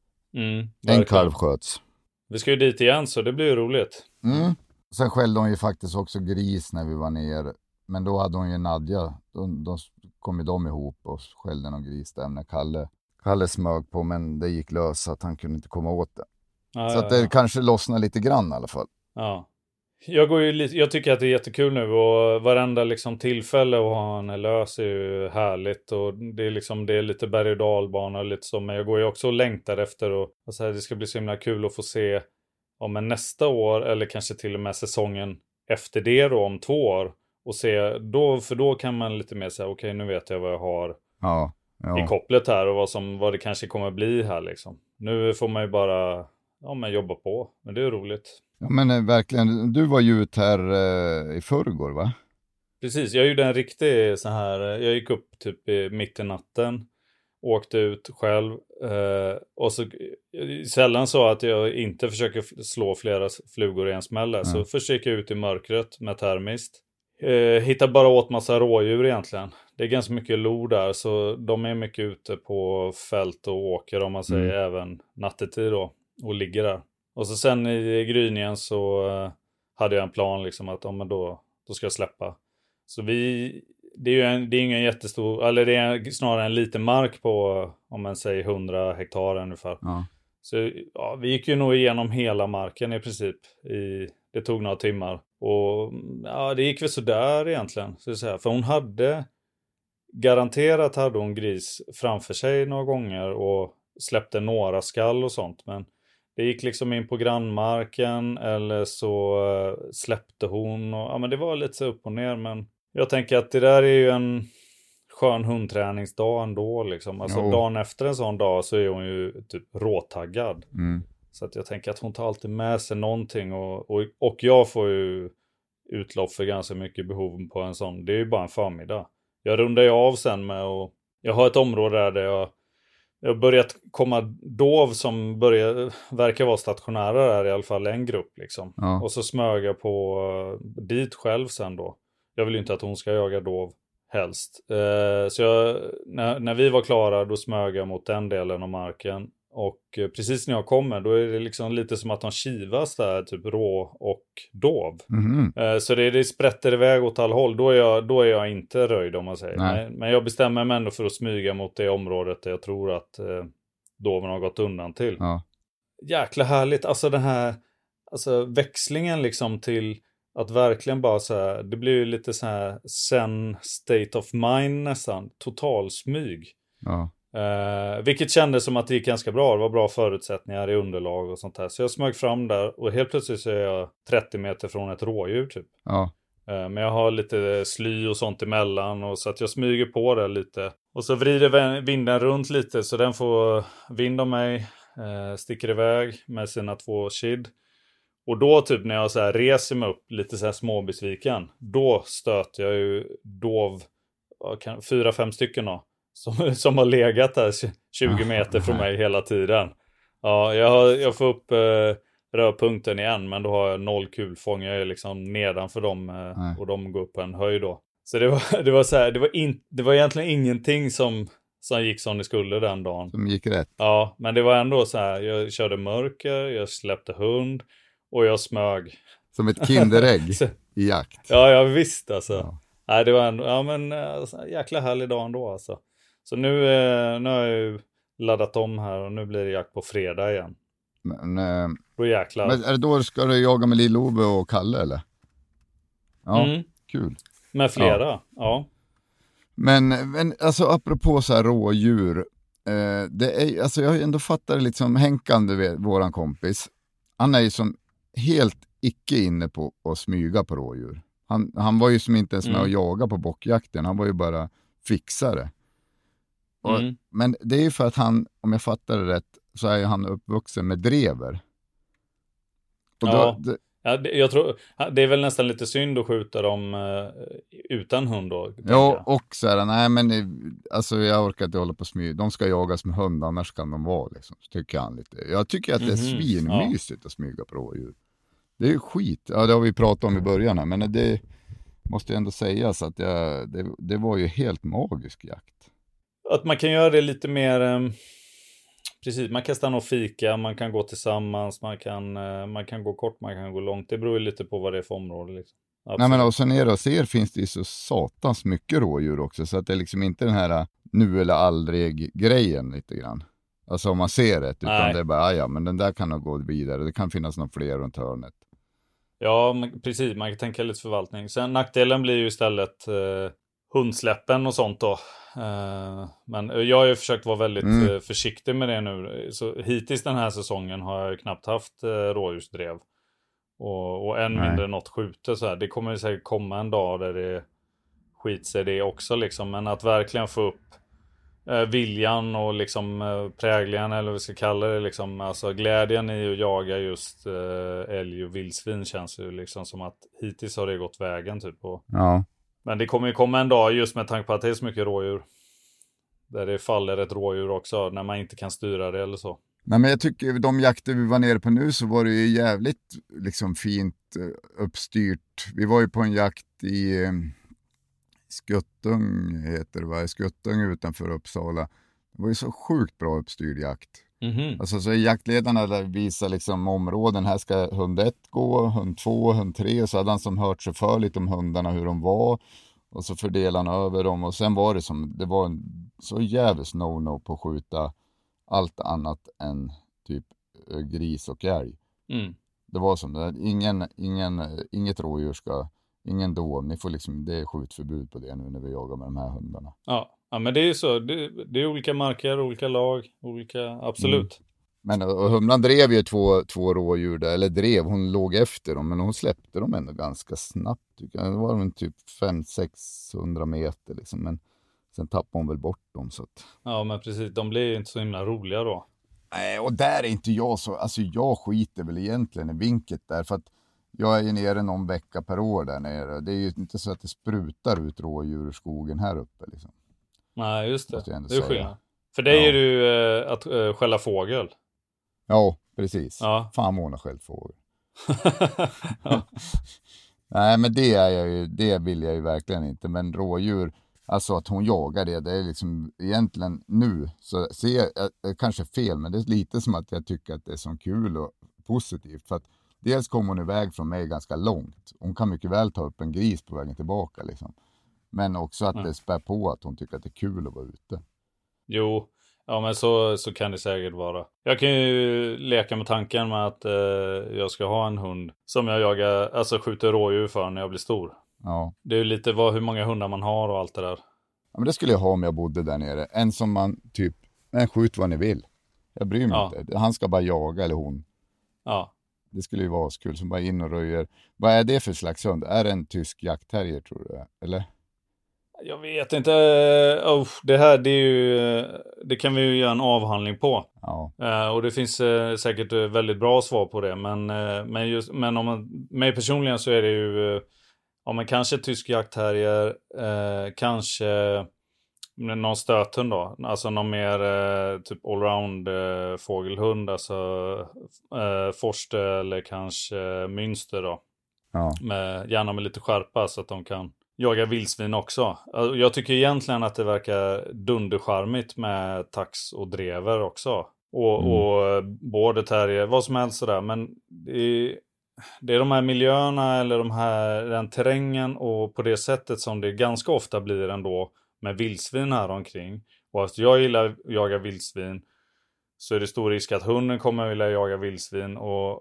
Mm, en kalv sköts. Vi ska ju dit igen så det blir ju roligt. Mm. Sen skällde hon ju faktiskt också gris när vi var nere. Men då hade hon ju Nadja. Då, då kom ju de ihop och skällde någon gris där när Kalle, Kalle smög på. Men det gick lös så att han kunde inte komma åt det. Ja, så ja, att det ja. kanske lossnar lite grann i alla fall. Ja. Jag, går ju lite, jag tycker att det är jättekul nu och varenda liksom tillfälle att ha en lös är ju härligt och det är liksom det är lite berg- och dalbana och lite så, men jag går ju också och längtar efter och, och så här, det ska bli så himla kul att få se om en nästa år eller kanske till och med säsongen efter det då om två år och se då, för då kan man lite mer säga okej, nu vet jag vad jag har ja, ja. i kopplet här och vad, som, vad det kanske kommer bli här liksom. Nu får man ju bara ja, men jobba på, men det är roligt. Ja, men eh, verkligen, du var ju ut här eh, i förrgår va? Precis, jag gjorde en riktig så här, jag gick upp typ i mitt i natten, åkte ut själv eh, och så sällan så att jag inte försöker slå flera flugor i en smäll, mm. så försöker jag ut i mörkret med termiskt. Eh, hittar bara åt massa rådjur egentligen. Det är ganska mycket lo där så de är mycket ute på fält och åker om man säger mm. även nattetid då och ligger där. Och så sen i gryningen så uh, hade jag en plan liksom att ja, men då, då ska jag släppa. Så vi, det är ju en, det är ingen jättestor, eller det är snarare en liten mark på om man säger hundra hektar ungefär. Ja. Så ja, vi gick ju nog igenom hela marken i princip. I, det tog några timmar. Och ja, det gick väl sådär egentligen. Så att säga. För hon hade, garanterat hade hon gris framför sig några gånger och släppte några skall och sånt. Men det gick liksom in på grannmarken eller så uh, släppte hon. Och, ja, men det var lite så upp och ner. Men jag tänker att det där är ju en skön hundträningsdag ändå. Liksom. Alltså jo. Dagen efter en sån dag så är hon ju typ råtaggad. Mm. Så att jag tänker att hon tar alltid med sig någonting. Och, och, och jag får ju utlopp för ganska mycket behov på en sån. Det är ju bara en förmiddag. Jag rundar ju av sen med och jag har ett område där, där jag Jag har börjat komma dov som börjar, verkar vara stationära där i alla fall en grupp liksom. Ja. Och så smög jag på uh, dit själv sen då. Jag vill ju inte att hon ska jaga dov helst. Uh, så jag, när, när vi var klara då smög jag mot den delen av marken. Och uh, precis när jag kommer då är det liksom lite som att de kivas där, typ rå och dov. Mm-hmm. Uh, så det, det sprätter iväg åt all håll. Då är jag, då är jag inte röjd om man säger. Nej. Men, men jag bestämmer mig ändå för att smyga mot det området där jag tror att uh, doven har gått undan till. Ja. Jäkla härligt. Alltså den här alltså växlingen liksom till att verkligen bara så här, det blir ju lite så här zen state of mind nästan. Total smyg. Ja. Uh, vilket kändes som att det gick ganska bra. Det var bra förutsättningar i underlag och sånt här. Så jag smög fram där och helt plötsligt så är jag trettio meter från ett rådjur typ. Ja. Uh, men jag har lite sly och sånt emellan. Och så att jag smyger på det lite. Och så vrider vinden runt lite så den får vind av mig. Uh, sticker iväg med sina två kid. Och då typ när jag så här reser mig upp lite så här småbesviken. Då stöter jag ju dov fyra, fem stycken då. Som, som har legat där tjugo meter från mig hela tiden. Ja, jag, har, jag får upp eh, rörpunkten igen. Men då har jag noll kulfång. Jag är liksom nedanför dem. Eh, och de går upp på en höjd då. Så det var, det var så här. Det var, in, det var egentligen ingenting som, som gick som det skulle den dagen. Som gick rätt. Ja, men det var ändå så här. Jag körde mörker. Jag släppte hund. Och jag smög. Som ett kinderägg i jakt. Ja, jag visste alltså. Ja. Nej, det var ändå, ja men alltså, jäkla härlig dag ändå alltså. Så nu, eh, nu har jag ju laddat om här och nu blir det jakt på fredag igen. Men, eh, då jäklar. Men är det då ska du jaga med Lill-Ove och Kalle eller? Ja, mm. kul. Med flera, ja. ja. Men, men alltså apropå så här rådjur, eh, det är, alltså jag har ändå fattat det liksom, Henkan, du vet, våran kompis, han är ju som helt icke inne på att smyga på rådjur. Han, han var ju som inte ens med mm. att jaga på bockjakten, han var ju bara fixare. Och, mm. Men det är ju för att han, om jag fattar det rätt, så är han uppvuxen med drever. Och ja. då, det, Ja, det, jag tror, det är väl nästan lite synd att skjuta dem uh, utan hund då. Ja, och så här, nej men alltså jag orkar inte hålla på och smyga. De ska jagas med hund, annars kan de vara liksom, tycker han lite. Jag tycker att det är mm-hmm. svinmysigt ja. Att smyga på rådjur. Det är ju skit, ja det har vi pratat om i början här, men det måste ju ändå sägas att jag, det, det var ju helt magisk jakt. Att man kan göra det lite mer... Um... Precis, man kan stanna och fika, man kan gå tillsammans, man kan, man kan gå kort, man kan gå långt. Det beror ju lite på vad det är för område. Liksom. Nej, men och så nere och ser finns det ju så satans mycket rådjur också. Så att det är liksom inte den här nu eller aldrig grejen lite grann. Alltså om man ser det, utan Nej. Det är bara, ja men den där kan nog gå vidare. Det kan finnas någon fler runt hörnet. Ja, men, precis, man kan tänka lite förvaltning. Sen nackdelen blir ju istället... Eh... hundsläppen och sånt då. Uh, men jag har ju försökt vara väldigt mm. uh, försiktig med det nu. Så hittills den här säsongen har jag ju knappt haft uh, rådjursdrev. Och, och än Nej. mindre något skjuter så här. Det kommer ju säkert komma en dag där det skit sig det också liksom. Men att verkligen få upp uh, viljan och liksom uh, präglingen eller vad vi ska kalla det liksom. Alltså glädjen i att jaga just uh, älg och vildsvin känns ju liksom som att hittills har det gått vägen typ. Och, ja. Men det kommer ju komma en dag just med tanke på att det är så mycket rådjur. Där det faller ett rådjur också när man inte kan styra det eller så. Nej, men jag tycker de jakter vi var nere på nu så var det ju jävligt liksom fint uppstyrt. Vi var ju på en jakt i eh, Skuttung heter det va? Skuttung utanför Uppsala. Det var ju så sjukt bra uppstyrd jakt. Mm-hmm. Alltså så jaktledarna där visar liksom områden. Här ska hund ett gå, hund två, hund tre. Och så hade han som hört sig för lite om hundarna, hur de var. Och så fördelade han över dem. Och sen var det som, det var en så jävligt no-no på att skjuta allt annat än typ gris och älg. Mm. Det var som det, ingen, ingen, inget rådjur ska, ingen dov. Ni får liksom, det är skjutförbud på det nu när vi jagar med de här hundarna. Ja. Ja, men det är ju så. Det, det är olika marker, olika lag, olika... Absolut. Mm. Men och humlan drev ju två, två rådjur där, eller drev, hon låg efter dem, men hon släppte dem ändå ganska snabbt. Tycker jag. Det var en typ fem till sexhundra meter liksom, men sen tappade hon väl bort dem. Så att... Ja, men precis. De blir ju inte så himla roliga då. Nej, och där är inte jag så... Alltså jag skiter väl egentligen i vinket där, för att jag är ju nere någon vecka per år där nere. Det är ju inte så att det sprutar ut rådjur ur skogen här uppe liksom. Nej, just det. Det är skillnad. För dig ja. Är du äh, att äh, skälla fågel. Ja, precis. Ja. Fan, hon har skällt fågel. ja. Nej, men det är jag ju, det vill jag ju verkligen inte. Men rådjur, alltså att hon jagar det, det är liksom egentligen nu så ser jag, äh, kanske fel, men det är lite som att jag tycker att det är så kul och positivt. För att dels kommer hon iväg från mig ganska långt. Hon kan mycket väl ta upp en gris på vägen tillbaka liksom. Men också att mm. det spär på att hon tycker att det är kul att vara ute. Jo, ja men så, så kan det säkert vara. Jag kan ju leka med tanken med att eh, jag ska ha en hund som jag jagar, alltså skjuter rådjur för när jag blir stor. Ja. Det är ju lite vad, hur många hundar man har och allt det där. Ja, men det skulle jag ha om jag bodde där nere. En som man typ, men skjut vad ni vill. Jag bryr mig ja. inte. Han ska bara jaga eller hon. Ja. Det skulle ju vara skul som bara in och röjer. Vad är det för slags hund? Är det en tysk jaktterrier tror du? Eller? Jag vet inte. Oh, det här det är ju, det kan vi ju göra en avhandling på. Ja. Uh, och det finns uh, säkert uh, väldigt bra svar på det. Men, uh, men, just, men om man, mig personligen så är det ju uh, om man kanske tysk jakthärger, uh, kanske någon stöthund då. Alltså någon mer uh, typ allround uh, fågelhund. Alltså uh, forste eller kanske münster då. Ja. Med, gärna med lite skärpa så att de kan jaga vildsvin också. Jag tycker egentligen att det verkar dundercharmigt med tax och drever också. Och, mm. och border terrier, vad som helst sådär. Men det är, det är de här miljöerna eller de här, den terrängen och på det sättet som det ganska ofta blir ändå med vildsvin här omkring. Och att jag gillar att jaga vildsvin så är det stor risk att hunden kommer att vilja jaga vildsvin. Och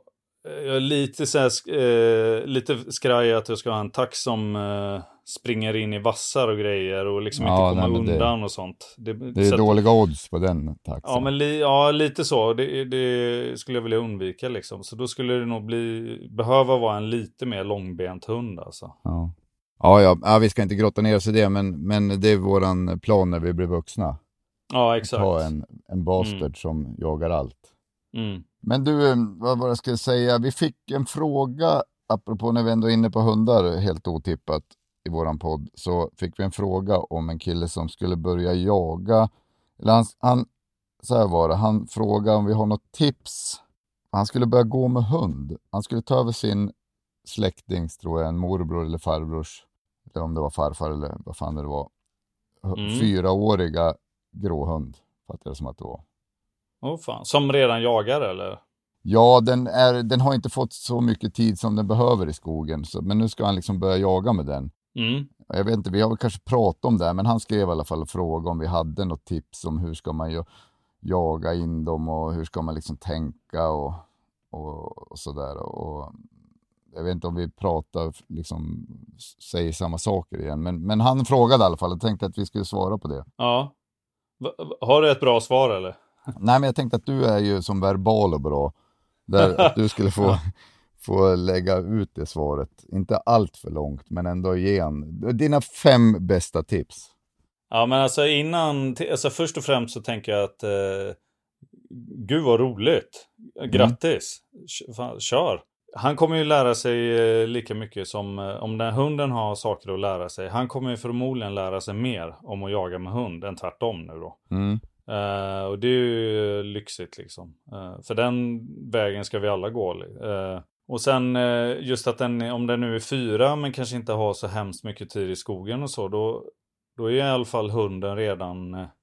Jag är lite, så här, eh, lite skraj att jag ska ha en tax som eh, springer in i vassar och grejer och liksom ja, inte kommer nej, undan det, och sånt. Det, det är dåliga att, odds på den taxen. Ja, men li, ja, lite så. Det, det skulle jag vilja undvika liksom. Så då skulle det nog bli, behöva vara en lite mer långbent hund alltså. Ja, ja, ja, ja vi ska inte grotta ner oss i det, men, men det är våran plan när vi blir vuxna. Ja, exakt. Ha en, en bastard mm. som jagar allt. Mm. Men du, vad var det jag skulle säga? Vi fick en fråga, apropå när vi ändå är inne på hundar, helt otippat i våran podd, så fick vi en fråga om en kille som skulle börja jaga. Eller han, han så här var det, han frågade om vi har något tips. Han skulle börja gå med hund. Han skulle ta över sin släktings, tror jag, en morbror eller farbrors, eller om det var farfar eller vad fan det var. Mm. Fyraåriga gråhund, fattar det som att det var. Oh, fan. Som redan jagar eller? Ja, den, är, den har inte fått så mycket tid som den behöver i skogen. Så, men nu ska han liksom börja jaga med den. Mm. Jag vet inte, vi har väl kanske pratat om det. Men han skrev i alla fall och frågade om vi hade något tips om hur ska man ju jaga in dem. Och hur ska man liksom tänka och, och, och sådär. Och jag vet inte om vi pratar, liksom säger samma saker igen. Men, men han frågade i alla fall och tänkte att vi skulle svara på det. Ja. Har du ett bra svar eller? Nej, men jag tänkte att du är ju som verbal och bra. Där att du skulle få, få lägga ut det svaret. Inte allt för långt, men ändå igen. Dina fem bästa tips. Ja, men alltså innan, alltså först och främst så tänker jag att eh, gud vad roligt. Grattis. Mm. Fan, kör. Han kommer ju lära sig eh, lika mycket som eh, om den hunden har saker att lära sig. Han kommer ju förmodligen lära sig mer om att jaga med hund än tvärtom nu då. Mm. Uh, och det är ju lyxigt liksom. Uh, för den vägen ska vi alla gå. Uh, och sen uh, just att den, om den nu är fyra men kanske inte har så hemskt mycket tid i skogen och så. Då, då är i alla fall hunden redan uh,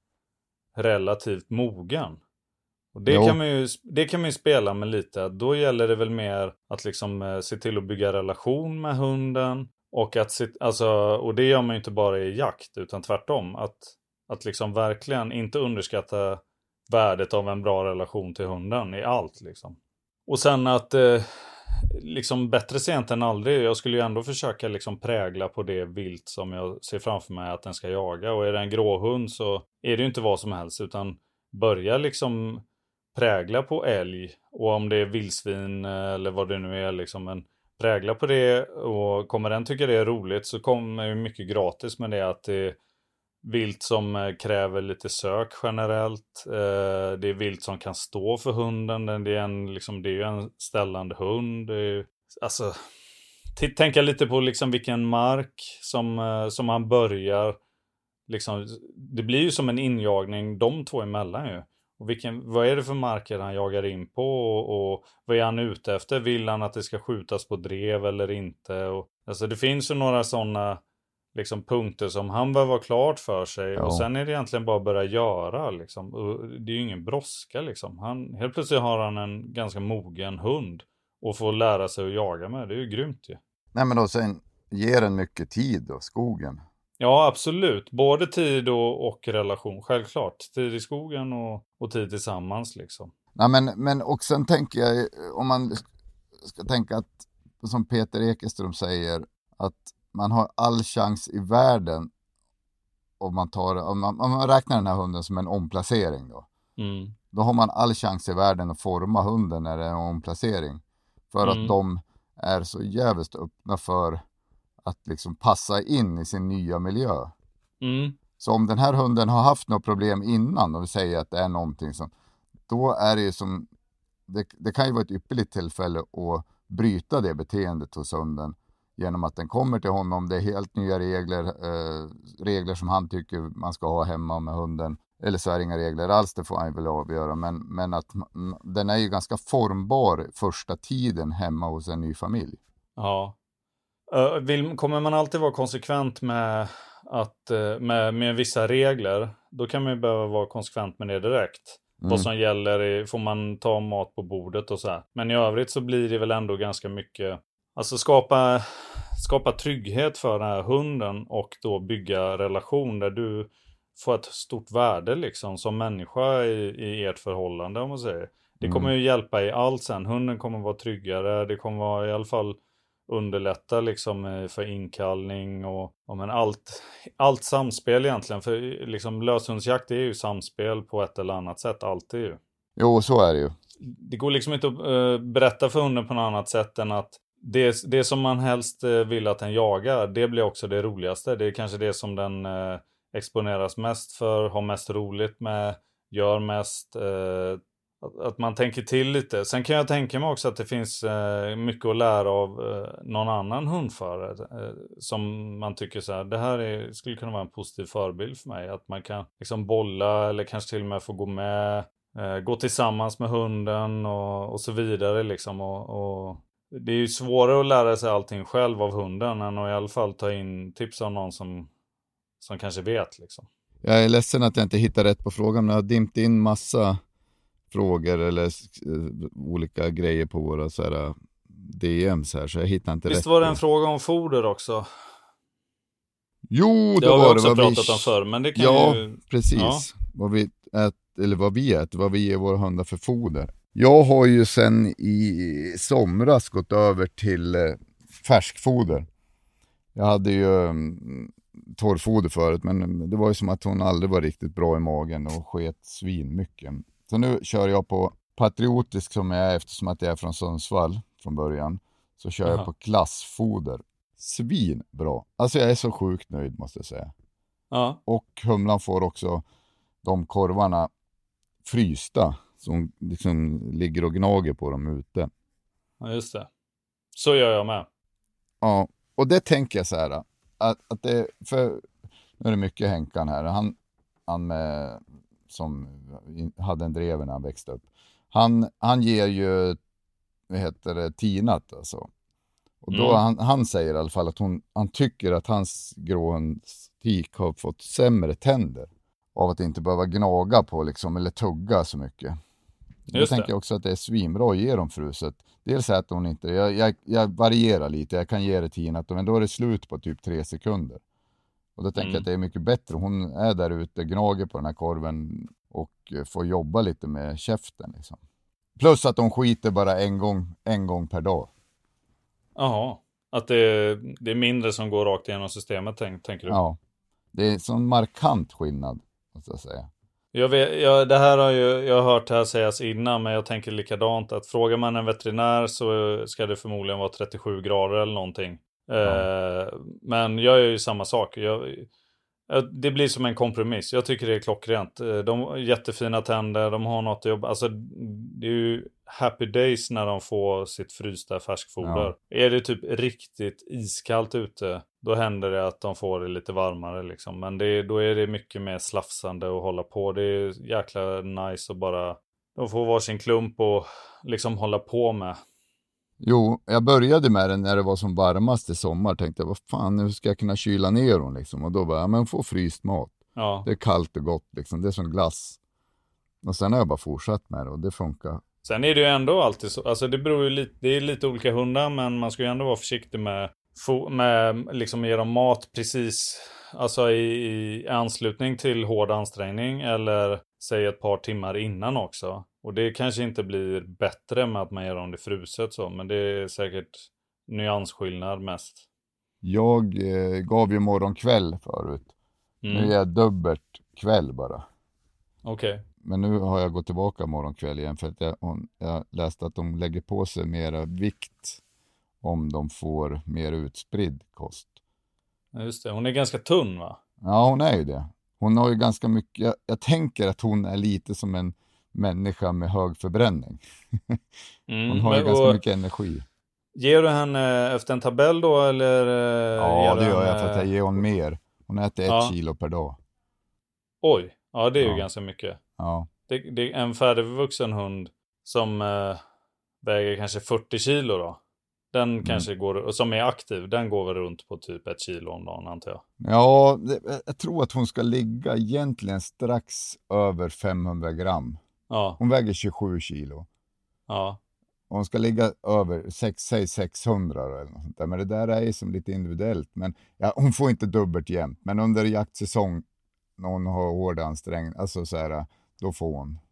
relativt mogen. Och det kan, man ju, det kan man ju spela med lite. Då gäller det väl mer att liksom uh, se till att bygga relation med hunden. Och, att se, alltså, och det gör man ju inte bara i jakt utan tvärtom. Att Att liksom verkligen inte underskatta värdet av en bra relation till hunden i allt liksom. Och sen att eh, liksom bättre sent än aldrig. Jag skulle ju ändå försöka liksom prägla på det vilt som jag ser framför mig att den ska jaga. Och är det en gråhund så är det ju inte vad som helst utan börja liksom prägla på älg. Och om det är vildsvin eller vad det nu är liksom. Men prägla på det och kommer den tycka det är roligt så kommer ju mycket gratis med det att det vilt som kräver lite sök generellt. Eh, det är vilt som kan stå för hunden. Det är, en, liksom, det är ju en ställande hund. Det är, alltså, t- tänka lite på liksom vilken mark som, eh, som han börjar. Liksom, det blir ju som en injagning de två emellan ju. Och vilken, vad är det för marker han jagar in på och, och vad är han ute efter? Vill han att det ska skjutas på drev eller inte? Och, alltså det finns ju några sådana liksom punkter som han behöver vara klart för sig. Ja. Och sen är det egentligen bara att börja göra liksom. Och det är ju ingen brådska liksom. Han, helt plötsligt har han en ganska mogen hund och får lära sig att jaga med. Det är ju grymt ju. Nej, men då sen ger den mycket tid då, skogen. Ja, absolut. Både tid och, och relation. Självklart. Tid i skogen och, och tid tillsammans liksom. Nej, men, men och sen tänker jag, om man ska tänka att, som Peter Ekeström säger, att man har all chans i världen om man, tar, om man, om man räknar den här hunden som en omplacering då. Mm. Då har man all chans i världen att forma hunden när det är en omplacering. För mm. att de är så jävligt öppna för att liksom passa in i sin nya miljö. Mm. Så om den här hunden har haft något problem innan och vi säger att det är någonting som, då är det ju som, det, det kan ju vara ett ypperligt tillfälle att bryta det beteendet hos hunden genom att den kommer till honom. Det är helt nya regler, eh, regler som han tycker man ska ha hemma med hunden. Eller så är det inga regler alls, det får han väl avgöra. Men, men att m- den är ju ganska formbar första tiden hemma hos en ny familj. Ja. Uh, vill, kommer man alltid vara konsekvent med, att, uh, med, med vissa regler, då kan man ju behöva vara konsekvent med det direkt. Mm. Vad som gäller är, får man ta mat på bordet och så här. Men i övrigt så blir det väl ändå ganska mycket, alltså skapa, skapa trygghet för den här hunden och då bygga relation där du får ett stort värde liksom som människa i, i ert förhållande om man säger. Det kommer mm. ju hjälpa i allt sen. Hunden kommer vara tryggare. Det kommer vara i alla fall underlätta liksom för inkallning och ja, men allt, allt samspel egentligen. För liksom löshundsjakt är ju samspel på ett eller annat sätt alltid ju. Jo, så är det ju. Det går liksom inte att uh, berätta för hunden på något annat sätt än att det, det som man helst uh, vill att den jagar, det blir också det roligaste. Det är kanske det som den uh, exponeras mest för, har mest roligt med, gör mest, uh, att, att man tänker till lite. Sen kan jag tänka mig också att det finns uh, mycket att lära av uh, någon annan hundförare uh, som man tycker så här, det här är, skulle kunna vara en positiv förebild för mig. Att man kan liksom bolla eller kanske till och med få gå med, uh, gå tillsammans med hunden och, och så vidare liksom. Och, och det är ju svårare att lära sig allting själv av hunden än att i alla fall ta in tips av någon som, som kanske vet liksom. Jag är ledsen att jag inte hittar rätt på frågan, men jag har dimpt in massa frågor eller uh, olika grejer på våra så här, uh, D M's här, så jag hittar inte Visst rätt. Visst var det en fråga om foder också? Jo, det då har var vi också det pratat vi... om förr, men det kan ja, ju... precis. Ja, vad vi äter, eller vad vi äter, vad vi ger våra hundar för foder. Jag har ju sen i somras gått över till uh, färskfoder. Jag hade ju um, torrfoder förut, men det var ju som att hon aldrig var riktigt bra i magen och sket svin mycket. Så nu kör jag på patriotisk som jag är, eftersom att jag är från Sundsvall från början. Så kör Aha. jag på klassfoder. Svin bra. Alltså jag är så sjukt nöjd måste jag säga. Ja. Och humlan får också de korvarna frysta. Som liksom ligger och gnager på dem ute. Ja just det. Så gör jag med. Ja, och det tänker jag så här. Att, att det, för nu är det mycket Henkan här. Han, han med... som hade en dreven när han växte upp. Han, han ger ju, vad heter det, tinat alltså. Och då, mm. han, han säger i alla fall att hon, han tycker att hans gråhundstik har fått sämre tänder av att inte behöva gnaga på liksom, eller tugga så mycket. Jag tänker också att det är svinbra att ge dem fruset. Dels att hon inte, jag, jag, jag varierar lite, jag kan ge det tinat, men då är det slut på typ tre sekunder. Och då tänker mm. jag att det är mycket bättre. Hon är där ute, gnager på den här korven och får jobba lite med käften. Liksom. Plus att de skiter bara en gång, en gång per dag. Jaha, att det är, det är mindre som går rakt igenom systemet, tänk, tänker du? Ja, det är en sån markant skillnad, måste jag säga. Jag vet, jag, det här har ju, jag har hört det här sägas innan, men jag tänker likadant. Att frågar man en veterinär så ska det förmodligen vara trettiosju grader eller någonting. Ja. Men jag gör ju samma sak. Jag, det blir som en kompromiss. Jag tycker det är klockrent. De har jättefina tänder, de har något att jobba. Alltså det är ju happy days när de får sitt frysta färskfoder. Ja. Är det typ riktigt iskallt ute, då händer det att de får det lite varmare liksom. Men det, då är det mycket mer slafsande att hålla på. Det är jäkla nice att bara, de får varsin klump och liksom hålla på med. Jo, jag började med den när det var som varmast i sommar. Tänkte, vad fan, nu ska jag kunna kyla ner hon liksom. Och då bara, ja men få fryst mat. Ja. Det är kallt och gott liksom, det är som glass. Och sen har jag bara fortsatt med det och det funkar. Sen är det ju ändå alltid så, alltså det beror ju lite, det är lite olika hundar, men man ska ju ändå vara försiktig med, med liksom ge dem mat precis, alltså i, i anslutning till hård ansträngning eller säg ett par timmar innan också. Och det kanske inte blir bättre med att man ger dem det fruset så, men det är säkert nyansskillnad mest. Jag eh, gav ju morgonkväll förut. Mm. Nu är jag dubbelt kväll bara. Okej. Okay. Men nu har jag gått tillbaka morgonkväll igen för att jag, hon, jag läste att de lägger på sig mera vikt om de får mer utspridd kost. Ja, just det. Hon är ganska tunn va? Ja, hon är ju det. Hon har ju ganska mycket, jag, jag tänker att hon är lite som en människa med hög förbränning. Hon mm, har ju ganska och, mycket energi. Ger du henne efter en tabell då eller? Ja, det gör jag för att jag ger hon mer. Hon äter ja. ett kilo per dag. Oj, ja det är ja. ju ganska mycket. Ja. Det, det är en färdigvuxen hund som äh, väger kanske fyrtio kilo då. Den mm. kanske går, som är aktiv, den går väl runt på typ ett kilo om dagen antar jag. Ja, det, jag tror att hon ska ligga egentligen strax över femhundra gram. Ja. Hon väger tjugosju kilo. Ja. Och hon ska ligga över sex, säg sexhundra eller något sånt där. Men det där är ju som lite individuellt. Men ja, hon får inte dubbelt jämt. Men under jaktsäsong, när hon har hård ansträngning, alltså så här, då får hon.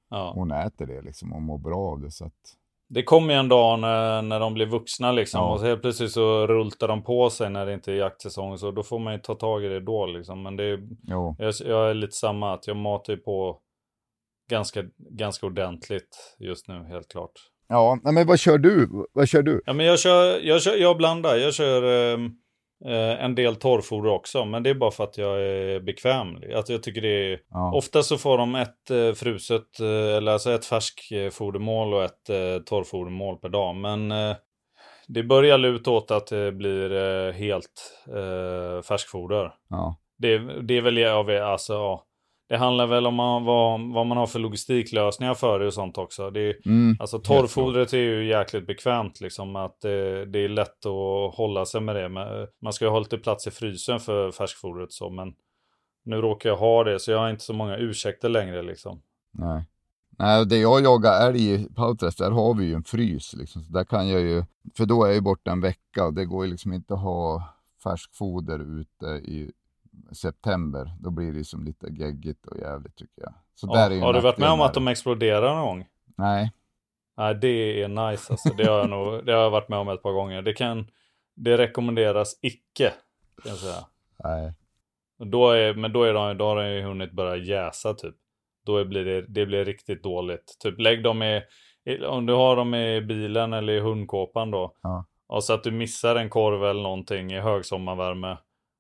Ja. Hon äter det liksom och mår bra av det. Så att... Det kommer ju en dag när, när de blir vuxna liksom. Ja. Och så helt plötsligt så rultar de på sig när det inte är jaktsäsong. Så då får man ju ta tag i det då liksom. Men det är, Jo. jag, jag är lite samma, att jag matar ju på ganska, ganska ordentligt just nu, helt klart. Ja, men vad kör du? Vad kör du? Ja, men jag kör, jag kör, jag blandar. Jag kör eh, eh, en del torrfoder också. Men det är bara för att jag är bekväm. Att jag tycker det är... Ja. Ofta så får de ett eh, fruset, eh, eller alltså ett färskfodermål och ett eh, torrfodermål per dag. Men eh, det börjar luta åt att det blir eh, helt eh, färskfoder. Ja. Det, det är väl, jag vet, alltså, ja. Det handlar väl om man, vad, vad man har för logistiklösningar för det och sånt också. Det är, Mm, alltså torrfodret är ju jäkligt bekvämt liksom, att det, det är lätt att hålla sig med det. Men man ska ju ha lite plats i frysen för färskfodret så, men nu råkar jag ha det så jag har inte så många ursäkter längre liksom. Nej. Nej, det jag jagar älg i Pautres, där har vi ju en frys liksom. Så där kan jag ju, för då är jag ju borta en vecka och det går ju liksom inte att ha färskfoder ute i september. Då blir det som lite geggigt och jävligt tycker jag. Så Ja, där är ju har du varit med om nackdelen att de exploderar någon gång? Nej. Nej, det är nice alltså. Det har jag nog, det har jag varit med om ett par gånger. Det kan, det rekommenderas icke, kan jag säga. Nej. Och då är, men då är de, då har de ju hunnit börja jäsa typ. Då blir det, det blir riktigt dåligt. Typ lägg dem i, om du har dem i bilen eller i hundkåpan då. Ja. Och så att du missar en korv eller någonting i högsommarvärme.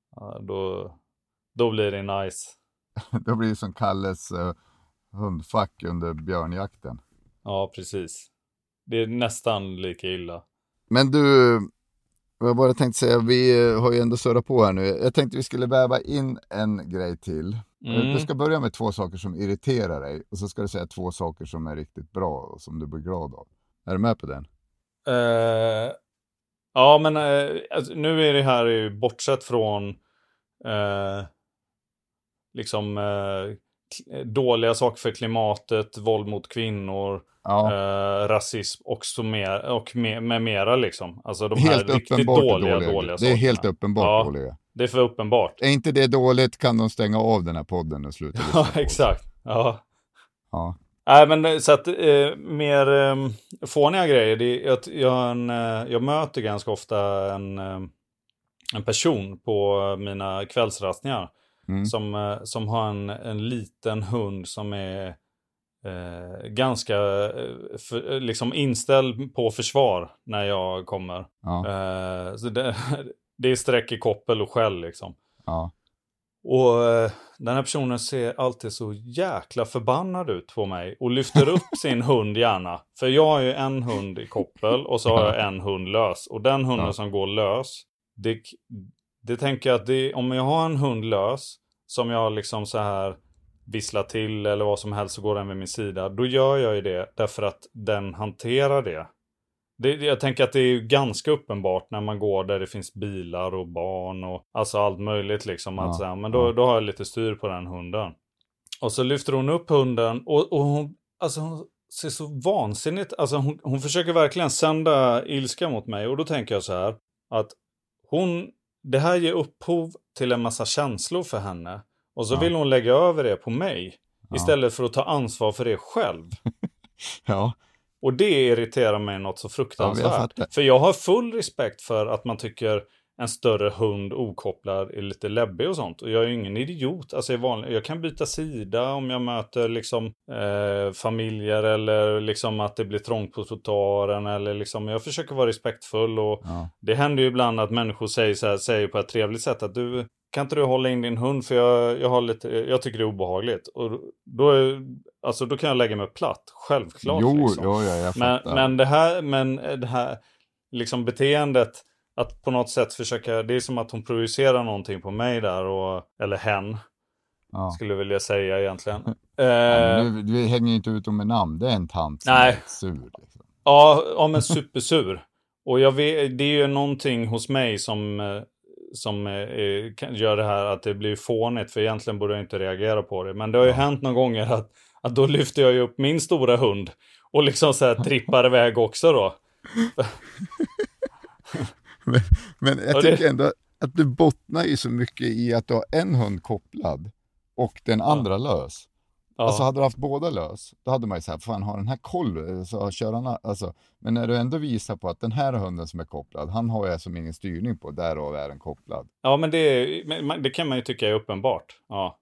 Då, då blir det nice. Då blir det som Kalles uh, hundfack under björnjakten. Ja, precis. Det är nästan lika illa. Men du, jag bara tänkte säga, vi har ju ändå surrat på här nu. Jag tänkte vi skulle väva in en grej till. Mm. Du ska börja med två saker som irriterar dig. Och så ska du säga två saker som är riktigt bra och som du blir glad av. Är du med på den? Uh, ja, men uh, alltså, nu är det här ju bortsett från uh, liksom uh, dåliga saker för klimatet, våld mot kvinnor, Ja. uh, rasism också mer, och med, med mera liksom. Alltså de Helt här riktigt uppenbart dåliga, dåliga. dåliga Det är sakerna. helt uppenbart Ja, dåliga. det är för uppenbart. Är inte det dåligt kan de stänga av den här podden och sluta lyssna Ja, på oss. exakt. Ja. Ja. Nej, men så att eh, mer eh, fåniga grejer. Det är att jag, en, eh, jag möter ganska ofta en, eh, en person på mina kvällsrastningar. Mm. Som, eh, som har en, en liten hund som är eh, ganska eh, för, liksom inställd på försvar när jag kommer. Ja. Eh, så det, det är sträck i koppel och skäll liksom. Ja. Och eh, den här personen ser alltid så jäkla förbannad ut på mig. Och lyfter upp sin hund gärna. För jag har ju en hund i koppel och så har jag en hund lös. Och den hunden Ja. som går lös. Det, det tänker jag att det, om jag har en hund lös. Som jag liksom så här visslar till eller vad som helst så går den vid min sida. Då gör jag ju det därför att den hanterar det. Det, jag tänker att det är ganska uppenbart när man går där det finns bilar och barn och alltså allt möjligt liksom. Ja, Att säga, men då, då har jag lite styr på den hunden. Och så lyfter hon upp hunden och, och hon, alltså hon ser så vansinnigt. Alltså hon, hon försöker verkligen sända ilska mot mig. Och då tänker jag så här att hon, det här ger upphov till en massa känslor för henne. Och så Ja. vill hon lägga över det på mig. Ja. Istället för att ta ansvar för det själv. Ja. Och det irriterar mig något så Ja, jag fruktansvärt. fattar. För jag har full respekt för att man tycker en större hund okopplad är lite läbbig och sånt. Och jag är ju ingen idiot. Alltså jag, vanlig, jag kan byta sida om jag möter liksom eh, familjer eller liksom att det blir trångt på trottoaren. Eller liksom, jag försöker vara respektfull. Och Ja. det händer ju ibland att människor säger, så här, säger på ett trevligt sätt att du... Kan inte du hålla in din hund för jag, jag, har lite, jag tycker det är obehagligt. Och då, är, alltså då kan jag lägga mig platt. Självklart. Jo, liksom. jo, ja, jag men, fattar. men det här, men det här liksom beteendet att på något sätt försöka, det är som att hon projicerar någonting på mig där och, eller hen Ja. skulle jag vilja säga egentligen. Ja, eh, men du, du hänger ju inte ut med namn. Det är en tant som Nej. är sur. Liksom. ja, ja, men supersur. Och jag vet, det är ju någonting hos mig som eh, som eh, kan- gör det här att det blir fånigt, för egentligen borde jag inte reagera på det. Men det har ju hänt några gånger att, att då lyfter jag ju upp min stora hund och liksom så här trippar iväg också då. Men, men jag Och det- tycker ändå att du bottnar ju så mycket i att du har en hund kopplad och den andra lös. Ja. Alltså hade du haft båda lös, då hade man ju så här, fan har den här koll, så kör han, alltså, men när du ändå visar på att den här hunden som är kopplad, han har jag som ingen styrning på, därav är den kopplad. Ja, men det, men det kan man ju tycka är uppenbart. Ja.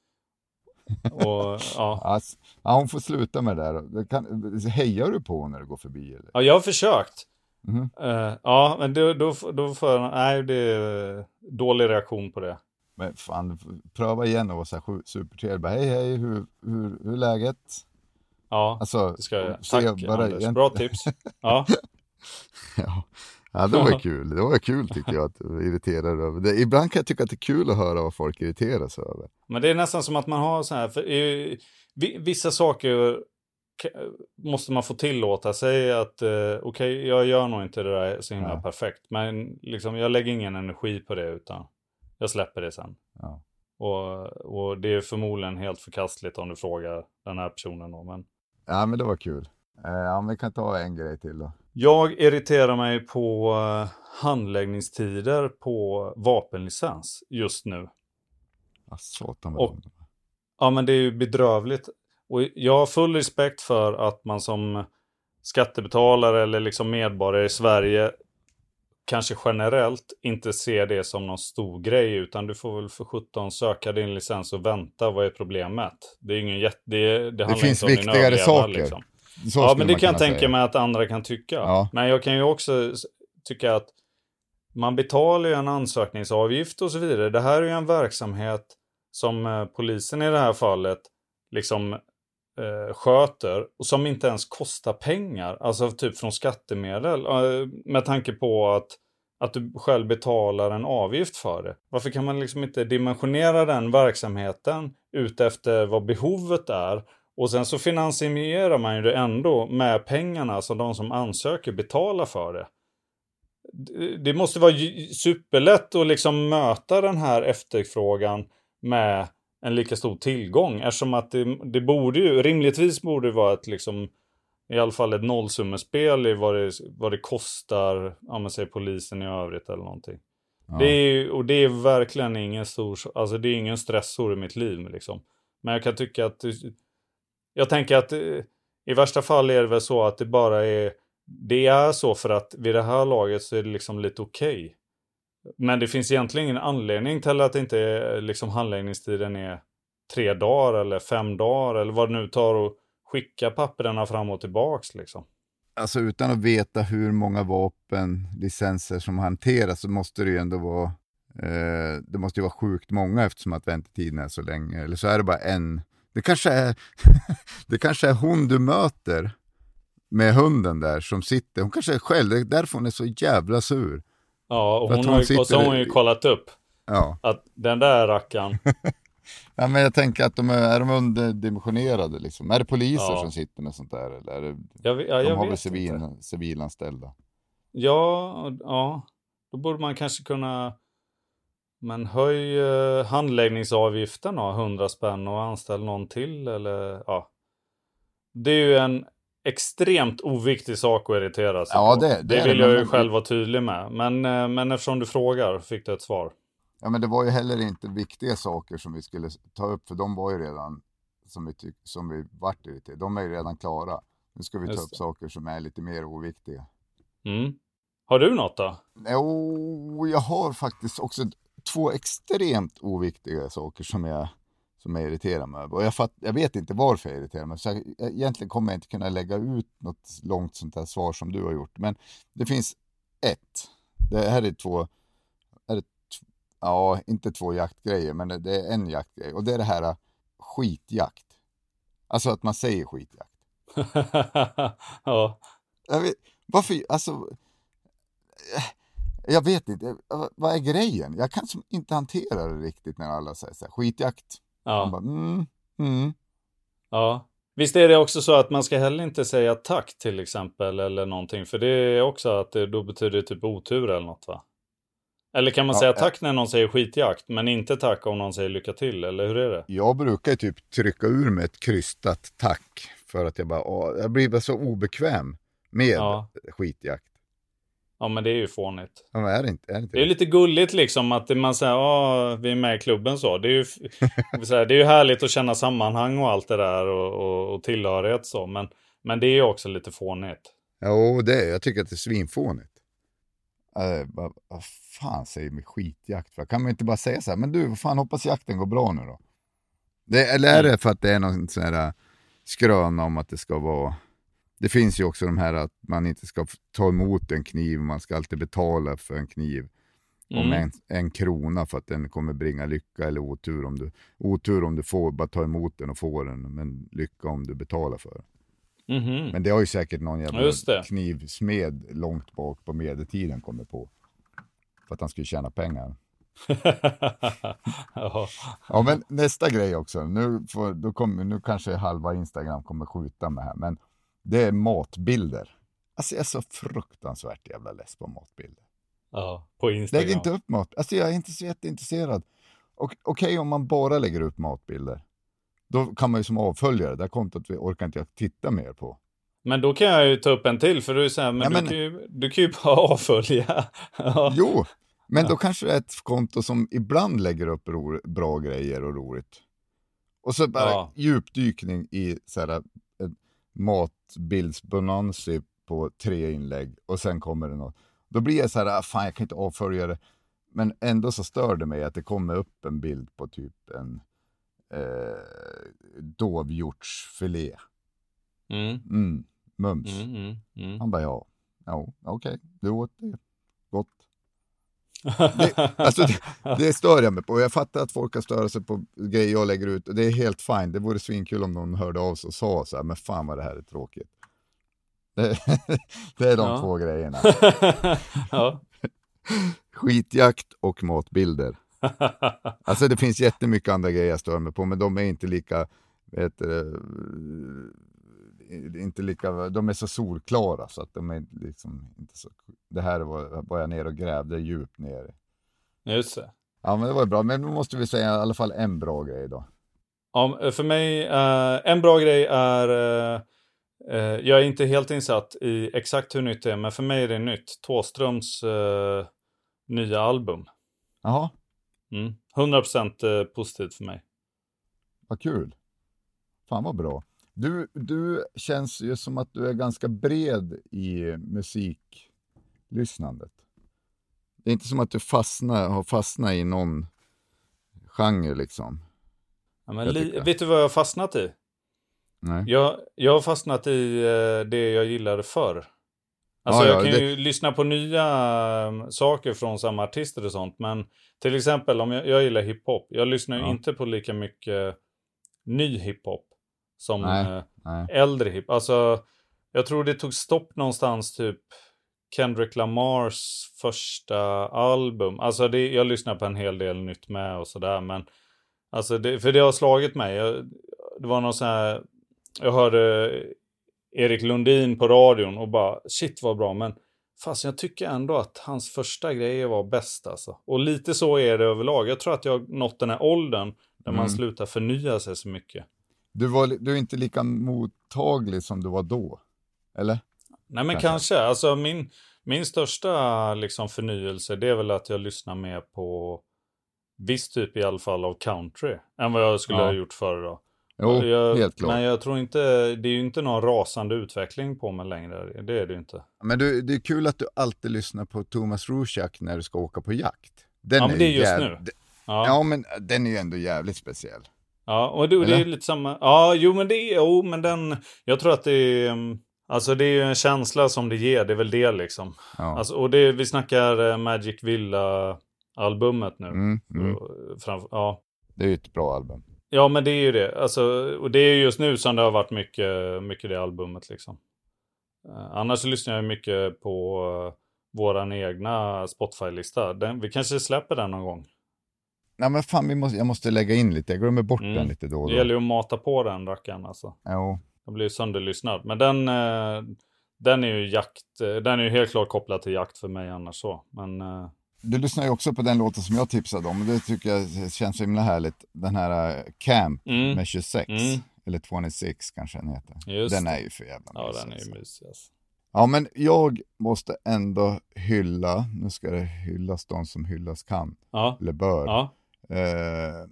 Och, ja. Alltså, ja, hon får sluta med det där. Det kan, hejar du på när du går förbi? Eller? Ja, jag har försökt. Mm. Uh, ja, men då, då, då får jag, nej, det är dålig reaktion på det. Men fan, pröva igen och vara så här supertrevlig. Hej, hej, hur, hur, hur är läget? Ja, alltså, det ska jag. Tack, bara Anders, igen. Bra tips. Ja. ja. Ja, det var kul. Det var kul tycker jag att du irriterar över det. Ibland kan jag tycka att det är kul att höra vad folk irriterar sig över. Men det är nästan som att man har så här, för i, vissa saker måste man få tillåta sig att, eh, okej, okay, jag gör nog inte det där så himla ja. perfekt. Men liksom, jag lägger ingen energi på det utan jag släpper det sen. Ja. Och, och det är förmodligen helt förkastligt om du frågar den här personen då, men... Ja, men det var kul. Ja, men vi kan ta en grej till då. Jag irriterar mig på handläggningstider på vapenlicens just nu. Ja, satan. Och, ja, men det är ju bedrövligt. Och jag har full respekt för att man som skattebetalare eller liksom medborgare i Sverige kanske generellt inte ser det som någon stor grej, utan du får väl för sjutton söka din licens och vänta. Vad är problemet? Det är ingen jätte... Det, det, det finns viktigare överleva, saker. Liksom. Ja, men det kan jag tänka säga. mig att andra kan tycka. Ja. Men jag kan ju också tycka att man betalar ju en ansökningsavgift och så vidare. Det här är ju en verksamhet som eh, polisen i det här fallet liksom eh, sköter och som inte ens kostar pengar. Alltså typ från skattemedel. Eh, med tanke på att, att du själv betalar en avgift för det. Varför kan man liksom inte dimensionera den verksamheten ut efter vad behovet är? Och sen så finansierar man ju det ändå med pengarna som de som ansöker betalar för det. Det måste vara superlätt att liksom möta den här efterfrågan med en lika stor tillgång. Eftersom att det, det borde ju, rimligtvis borde det vara ett liksom, i alla fall ett nollsummespel i vad det, vad det kostar, om man säger polisen i övrigt eller någonting. Ja. Det är, och det är verkligen ingen stor, alltså det är ingen stressor i mitt liv liksom. Men jag kan tycka att jag tänker att i värsta fall är det väl så att det bara är det är så för att vid det här laget så är det liksom lite okej. Okay. Men det finns egentligen ingen anledning till att inte är, liksom handläggningstiden är tre dagar eller fem dagar eller vad det nu tar att skicka papperna fram och tillbaks liksom. Alltså utan att veta hur många vapenlicenser som hanteras så måste det ju ändå vara eh, det måste ju vara sjukt många eftersom att väntetiden är så länge. Eller så är det bara en. Det kanske är det kanske är hon du möter med hunden där som sitter. Hon kanske är själv, det är därför hon är så jävla sur. Ja, och, hon hon har ju, och så har hon ju kollat upp ja. Att den där rackaren. Ja, men jag tänker att de är, är de underdimensionerade liksom. Är det poliser ja. som sitter med sånt där? Eller är det, jag, ja, jag de har vet väl civil, inte. civilanställda? Ja, ja, då borde man kanske kunna men höj eh, handläggningsavgiften då, hundra spänn och anställ någon till eller ja. Det är ju en extremt oviktig sak att irritera sig ja, på. Det, det, det vill det, jag ju men, själv vara tydlig med. Men, eh, men eftersom du frågar fick du ett svar. Ja, men det var ju heller inte viktiga saker som vi skulle ta upp. För de var ju redan, som vi, tyck, som vi vart irriterade. De är ju redan klara. Nu ska vi ta upp saker som är lite mer oviktiga. Mm. Har du något då? Jo, jag har faktiskt också två extremt oviktiga saker som jag, som jag irriterar mig över. Och jag, fatt, jag vet inte varför jag irriterar mig. Så jag, egentligen kommer jag inte kunna lägga ut något långt sånt här svar som du har gjort. Men det finns ett. Det här är två... Är det t- ja, inte två jaktgrejer, men det, det är en jaktgrej. Och det är det här skitjakt. Alltså att man säger skitjakt. Ja. Jag vet, varför... Alltså... Jag vet inte, vad är grejen? Jag kan som inte hantera det riktigt när alla säger så här, skitjakt. Ja. Bara, mm, mm. Ja. Visst är det också så att man ska heller inte säga tack till exempel eller någonting. För det är också att det då betyder typ otur eller något va? Eller kan man ja, säga tack när någon säger skitjakt men inte tack om någon säger lycka till? Eller hur är det? Jag brukar typ trycka ur med ett krystat tack. För att jag bara, åh, jag blir bara så obekväm med ja. skitjakt. Ja, men det är ju fånigt. Ja, men är det inte, är det inte det är lite gulligt liksom att man säger ja, vi är med i klubben så. Det är ju det är ju härligt att känna sammanhang och allt det där och, och, och tillhörighet så, men men det är ju också lite fånigt. Ja, det är, jag tycker att det är svinfånigt. Äh, vad, vad fan säger med skitjakt för? Kan man inte bara säga så här, men du, vad fan, hoppas jakten går bra nu då? Det, eller är det för att det är någon sån här skrön om att det ska vara... Det finns ju också de här att man inte ska ta emot en kniv, man ska alltid betala för en kniv mm. om en, en krona för att den kommer bringa lycka eller otur om du otur om du får bara ta emot den och få den, men lycka om du betalar för den. Mm-hmm. Men det har ju säkert någon jävla knivsmed långt bak på medeltiden kommer på för att han skulle tjäna pengar. ja. ja, men nästa grej också. Nu, får, då kommer, nu kanske halva Instagram kommer skjuta med här, men det är matbilder. Alltså jag är så fruktansvärt jävla less på matbilder. Ja, på Instagram. Lägg inte upp mat. Alltså jag är inte så jätteintresserad. Och okej, okay, om man bara lägger upp matbilder, då kan man ju som avföljare, där kontot vi orkar inte jag titta mer på. Men då kan jag ju ta upp en till, för du är så här, men, ja, men... Du, kan ju, du kan ju bara avfölja. ja. Jo, men då kanske det är ett konto som ibland lägger upp ro, bra grejer och roligt. Och så bara ja. djupdykning i så här matbildsbonansi på tre inlägg och sen kommer det något. Då blir jag så här, fan jag kan inte avfölja det. Men ändå så stör det mig att det kommer upp en bild på typ en eh, dovhjortsfilé. Mm. Mm, mums. Mm, mm, mm. Han bara, ja, ja okej, okay. Du åt det. Gott. Det, alltså det, det stör jag mig på. Jag fattar att folk kan störa sig på grejer jag lägger ut. Det är helt fint. Det vore svinkul om någon hörde av sig och sa så här, men fan vad det här är tråkigt. Det, det är de ja. två grejerna. ja. Skitjakt och matbilder. Alltså det finns jättemycket andra grejer jag stör mig på, men de är inte lika vet du, inte lika, de är så solklara så att de är liksom inte så, det här var, var jag ner och grävde djupt ner. Just det. Ja, men det var bra, men nu måste vi säga i alla fall en bra grej då. Ja, för mig uh, en bra grej är uh, uh, jag är inte helt insatt i exakt hur nytt det är, men för mig är det nytt. Thåströms uh, nya album. Jaha. Mm. hundra procent uh, positivt för mig. Vad kul. Fan vad bra. Du, du känns ju som att du är ganska bred i musiklyssnandet. Det är inte som att du fastnar, har fastnat i någon genre liksom. Ja, men li- vet du vad jag har fastnat i? Nej. Jag, jag har fastnat i uh, det jag gillade förr. Alltså ah, jag ja, kan det... ju lyssna på nya um, saker från samma artister och sånt. Men till exempel om jag, jag gillar hiphop. Jag lyssnar ju ja. inte på lika mycket ny hiphop som nej, uh, nej. äldre hiphop. Alltså jag tror det tog stopp någonstans typ Kendrick Lamars första album. Alltså det, jag lyssnar på en hel del nytt med och sådär. Men alltså det, för det har slagit mig. Jag, det var någon sån här, jag hörde Erik Lundin på radion och bara shit vad bra, men fast jag tycker ändå att hans första grejer var bäst alltså. Och lite så är det överlag. Jag tror att jag har nått den här åldern där mm. man slutar förnya sig så mycket. Du, var, du är inte lika mottaglig som du var då, eller? Nej men kanske, kanske. Alltså min, min största liksom förnyelse, det är väl att jag lyssnar mer på viss typ i alla fall av country än vad jag skulle ja. ha gjort förr då. Jo, jag, helt klart. Men jag tror inte, det är ju inte någon rasande utveckling på mig längre. Det är det ju inte. Men du, det är kul att du alltid lyssnar på Thomas Rorschach när du ska åka på jakt. Den ja, men det är just jäv... nu. Ja. ja, men den är ju ändå jävligt speciell. Ja, och det, det är lite samma. Ja, jo, men det är, jo, men den, jag tror att det är, alltså det är ju en känsla som det ger, det är väl det liksom. Ja. Alltså, och det, vi snackar Magic Villa-albumet nu. Mm, mm. Framför, ja. Det är ju ett bra album. Ja, men det är ju det. Alltså, och det är just nu som det har varit mycket, mycket det albumet liksom. Uh, annars lyssnar jag mycket på uh, våran egna Spotify-lista. Den, vi kanske släpper den någon gång. Nej men fan, vi måste, jag måste lägga in lite. Jag glömmer bort mm. den lite då och då. Det gäller ju att mata på den rackaren alltså. Jo. Den blir ju sönderlyssnad. Men den, uh, den är ju jakt. Uh, den är ju helt klart kopplad till jakt för mig annars så. Men... Uh, Du lyssnar ju också på den låten som jag tipsade om. Och det tycker jag känns så himla härligt. Den här uh, Camp mm. med tjugosex. Mm. Eller tjugosex kanske den heter. Just den är ju för jävla ja, mysig. Den är ju mysig. Alltså. Ja, men jag måste ändå hylla, nu ska det hyllas de som hyllas kan, Ja. eller bör. Ja. Eh,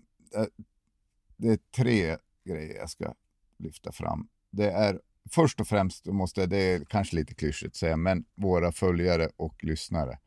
det är tre grejer jag ska lyfta fram. Det är först och främst, måste det är kanske lite klyschigt säga, men våra följare och lyssnare.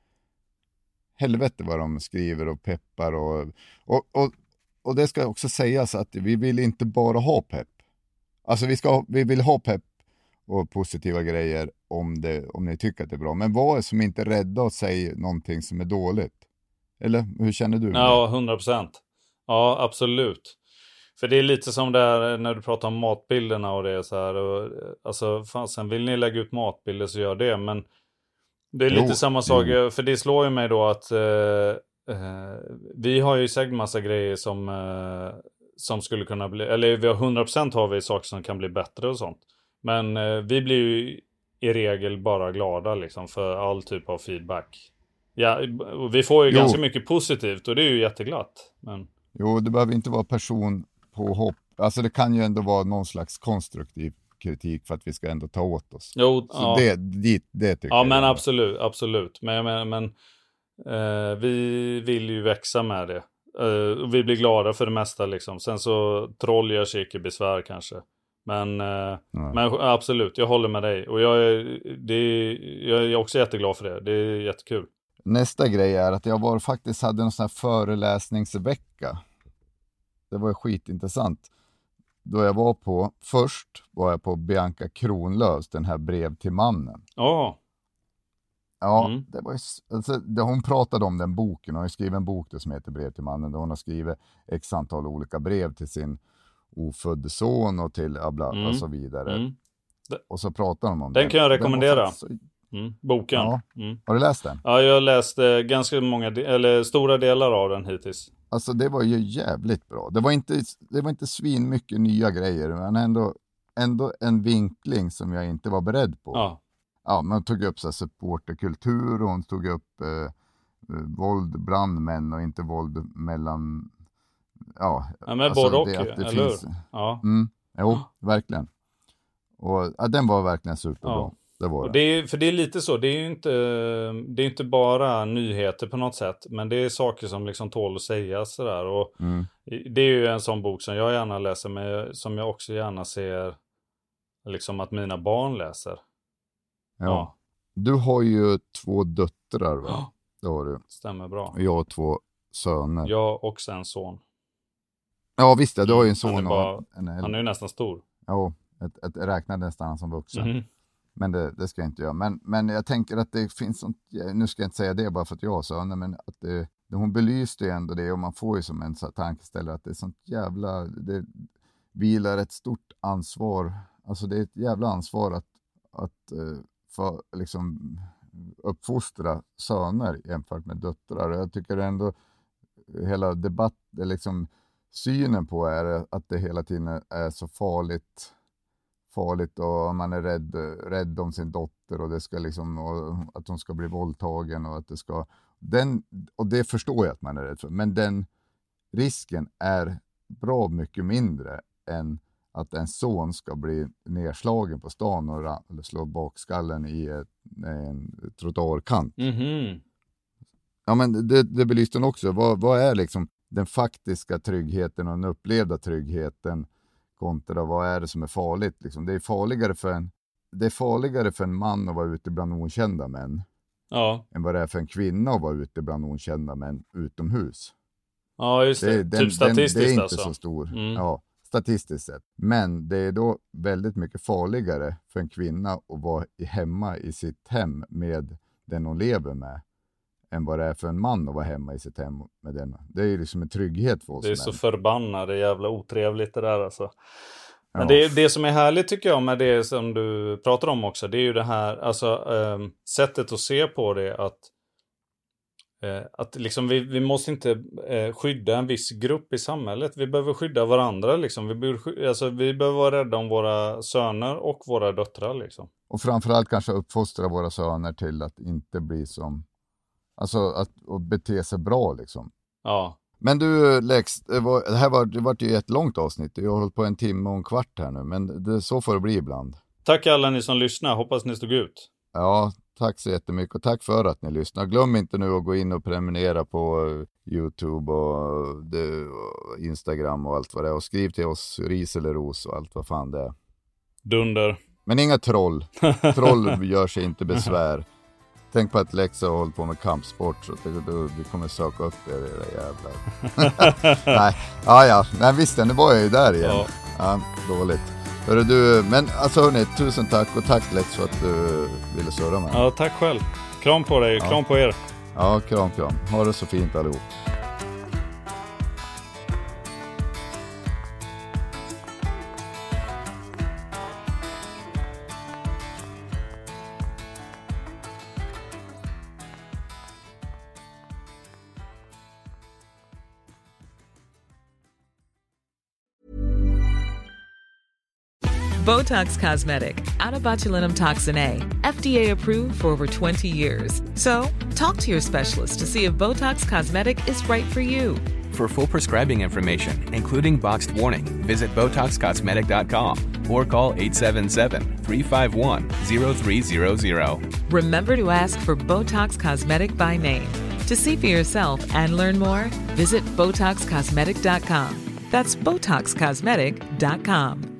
Helvete vad de skriver och peppar och, och, och, och det ska också sägas att vi vill inte bara ha pepp. Alltså vi, ska, vi vill ha pepp och positiva grejer om, det, om ni tycker att det är bra. Men var som inte rädda att säga någonting som är dåligt. Eller hur känner du? Ja, hundra procent. Ja, absolut. För det är lite som där när du pratar om matbilderna och det är så här. Och, alltså, fan, sen vill ni lägga ut matbilder så gör det. Men det är lite Jo, samma sak. jo. För det slår ju mig då att eh, eh, vi har ju säkert massa grejer som, eh, som skulle kunna bli... Eller vi har hundra procent har vi saker som kan bli bättre och sånt. Men eh, vi blir ju i regel bara glada liksom för all typ av feedback. Ja, och vi får ju Jo. ganska mycket positivt och det är ju jätteglatt. Men... Jo, det behöver inte vara person på hopp. Alltså det kan ju ändå vara någon slags konstruktiv kritik för att vi ska ändå ta åt oss. Jo, Så ja. det, det, det tycker Ja, jag. men absolut, absolut. Men, men, men eh, vi vill ju växa med det. Eh, och vi blir glada för det mesta liksom. Sen så troll gör sig icke besvär kanske. Men, eh, men absolut, jag håller med dig. Och jag är, det är, jag är också jätteglad för det. Det är jättekul. Nästa grej är att jag var faktiskt hade en sån här föreläsningsvecka. Det var skitintressant. Då jag var på, först var jag på Bianca Kronlöfs, den här brev till mannen. Ja. Oh. Ja, Mm. det var ju, alltså, det, hon pratade om den boken. Hon har skrivit en bok som heter Brev till mannen. Där hon har skrivit x antal olika brev till sin ofödde son och till abla, Mm. och så vidare. Mm. Och så pratar de om den. Den kan jag Den rekommendera. faktiskt... Mm. Boken. Ja. Mm. Har du läst den? Ja, jag har läst eh, ganska många, de- eller stora delar av den hittills. Alltså det var ju jävligt bra. Det var inte, det var inte svin mycket nya grejer, men ändå, ändå en vinkling som jag inte var beredd på. Ja. Ja, man tog upp så här supporterkultur och hon tog upp eh, våld brandmän och inte våld mellan... Ja, Ja, men alltså både och, det, att det eller finns... hur? Ja. Mm, jo, verkligen. Och ja, den var verkligen superbra. Ja. Det var Och det. det är, för det är lite så, det är ju inte, det är inte bara nyheter på något sätt, men det är saker som liksom tål att sägas sådär. Och Mm. det är ju en sån bok som jag gärna läser, men som jag också gärna ser liksom att mina barn läser. Ja. Ja. Du har ju två döttrar, va? Ja. Det har du. Stämmer bra. Och jag har två söner. Ja, Jag och en son. ja visst, ja, du har ju en Han är son bara- och en äldre. Han är ju nästan stor. Ja, ett, ett räknar nästan som vuxen. Mhm. Men det, det ska jag inte göra. Men, men jag tänker att det finns sånt, nu ska jag inte säga det bara för att jag har söner, men att det, det, hon belyste ju ändå det och man får ju som en så här tankeställare att det är sånt jävla, det vilar ett stort ansvar, alltså det är ett jävla ansvar att, att eh, för, liksom uppfostra söner jämfört med döttrar. Jag tycker ändå hela debatt, liksom synen på är att det hela tiden är så farligt farligt och man är rädd, rädd om sin dotter och det ska liksom och att hon ska bli våldtagen och att det ska den, och det förstår jag att man är rädd för, men den risken är bra mycket mindre än att en son ska bli nedslagen på stan och ra- eller slå bakskallen i ett, en trottoarkant. Mhm. Ja, men det, det belyste den också. Vad, vad är liksom den faktiska tryggheten och den upplevda tryggheten kontra vad är det som är farligt? Liksom, det är farligare för en, det är farligare för en man att vara ute bland okända män Ja. än vad det är för en kvinna att vara ute bland okända män utomhus. Ja, just det. Det är, den, typ statistiskt den, det är inte alltså. så stor. Mm. Ja, statistiskt sett. Men det är då väldigt mycket farligare för en kvinna att vara i, hemma i sitt hem med den hon lever med än vad det är för en man att vara hemma i sitt hem med den. Det är ju liksom en trygghet för oss Det är så män. förbannade jävla otrevligt det där alltså. Men Ja. det, det som är härligt tycker jag med det som du pratar om också, det är ju det här, alltså ähm, sättet att se på det att äh, att liksom vi, vi måste inte äh, skydda en viss grupp i samhället. Vi behöver skydda varandra liksom. Vi behöver, sky- alltså, vi behöver vara rädda om våra söner och våra döttrar liksom. Och framförallt kanske uppfostra våra söner till att inte bli som, alltså att och bete sig bra liksom. Ja. Men du Lex, det, var, det här var, det var ju ett långt avsnitt. Jag har hållit på en timme och en kvart här nu, men det, så får det bli ibland. Tack alla ni som lyssnar, hoppas ni stod ut. Ja, tack så jättemycket och tack för att ni lyssnar. Glöm inte nu att gå in och prenumerera på YouTube och, det, och Instagram och allt vad det är. Och skriv till oss ris eller ros och allt vad fan det är. Dunder. Men inga troll. Troll gör sig inte besvär. Tänk på att Lexa har hållit på med kampsport så att det, då, vi kommer söka upp er, era jävlar. Nej, ja, ja. Nej, visst, nu var jag ju där igen. Ja, ja dåligt. Hörru du, men alltså hörni, tusen tack och tack Lex för att du ville surra med. Ja, tack själv. Kram på dig, kram ja. på er. Ja, kram, kram. Ha det så fint allihop. Botox Cosmetic, out of botulinum toxin A, F D A approved for over twenty years. So, talk to your specialist to see if Botox Cosmetic is right for you. For full prescribing information, including boxed warning, visit Botox Cosmetic dot com or call eight seven seven, three five one, zero three zero zero. Remember to ask for Botox Cosmetic by name. To see for yourself and learn more, visit Botox Cosmetic dot com. That's Botox Cosmetic dot com.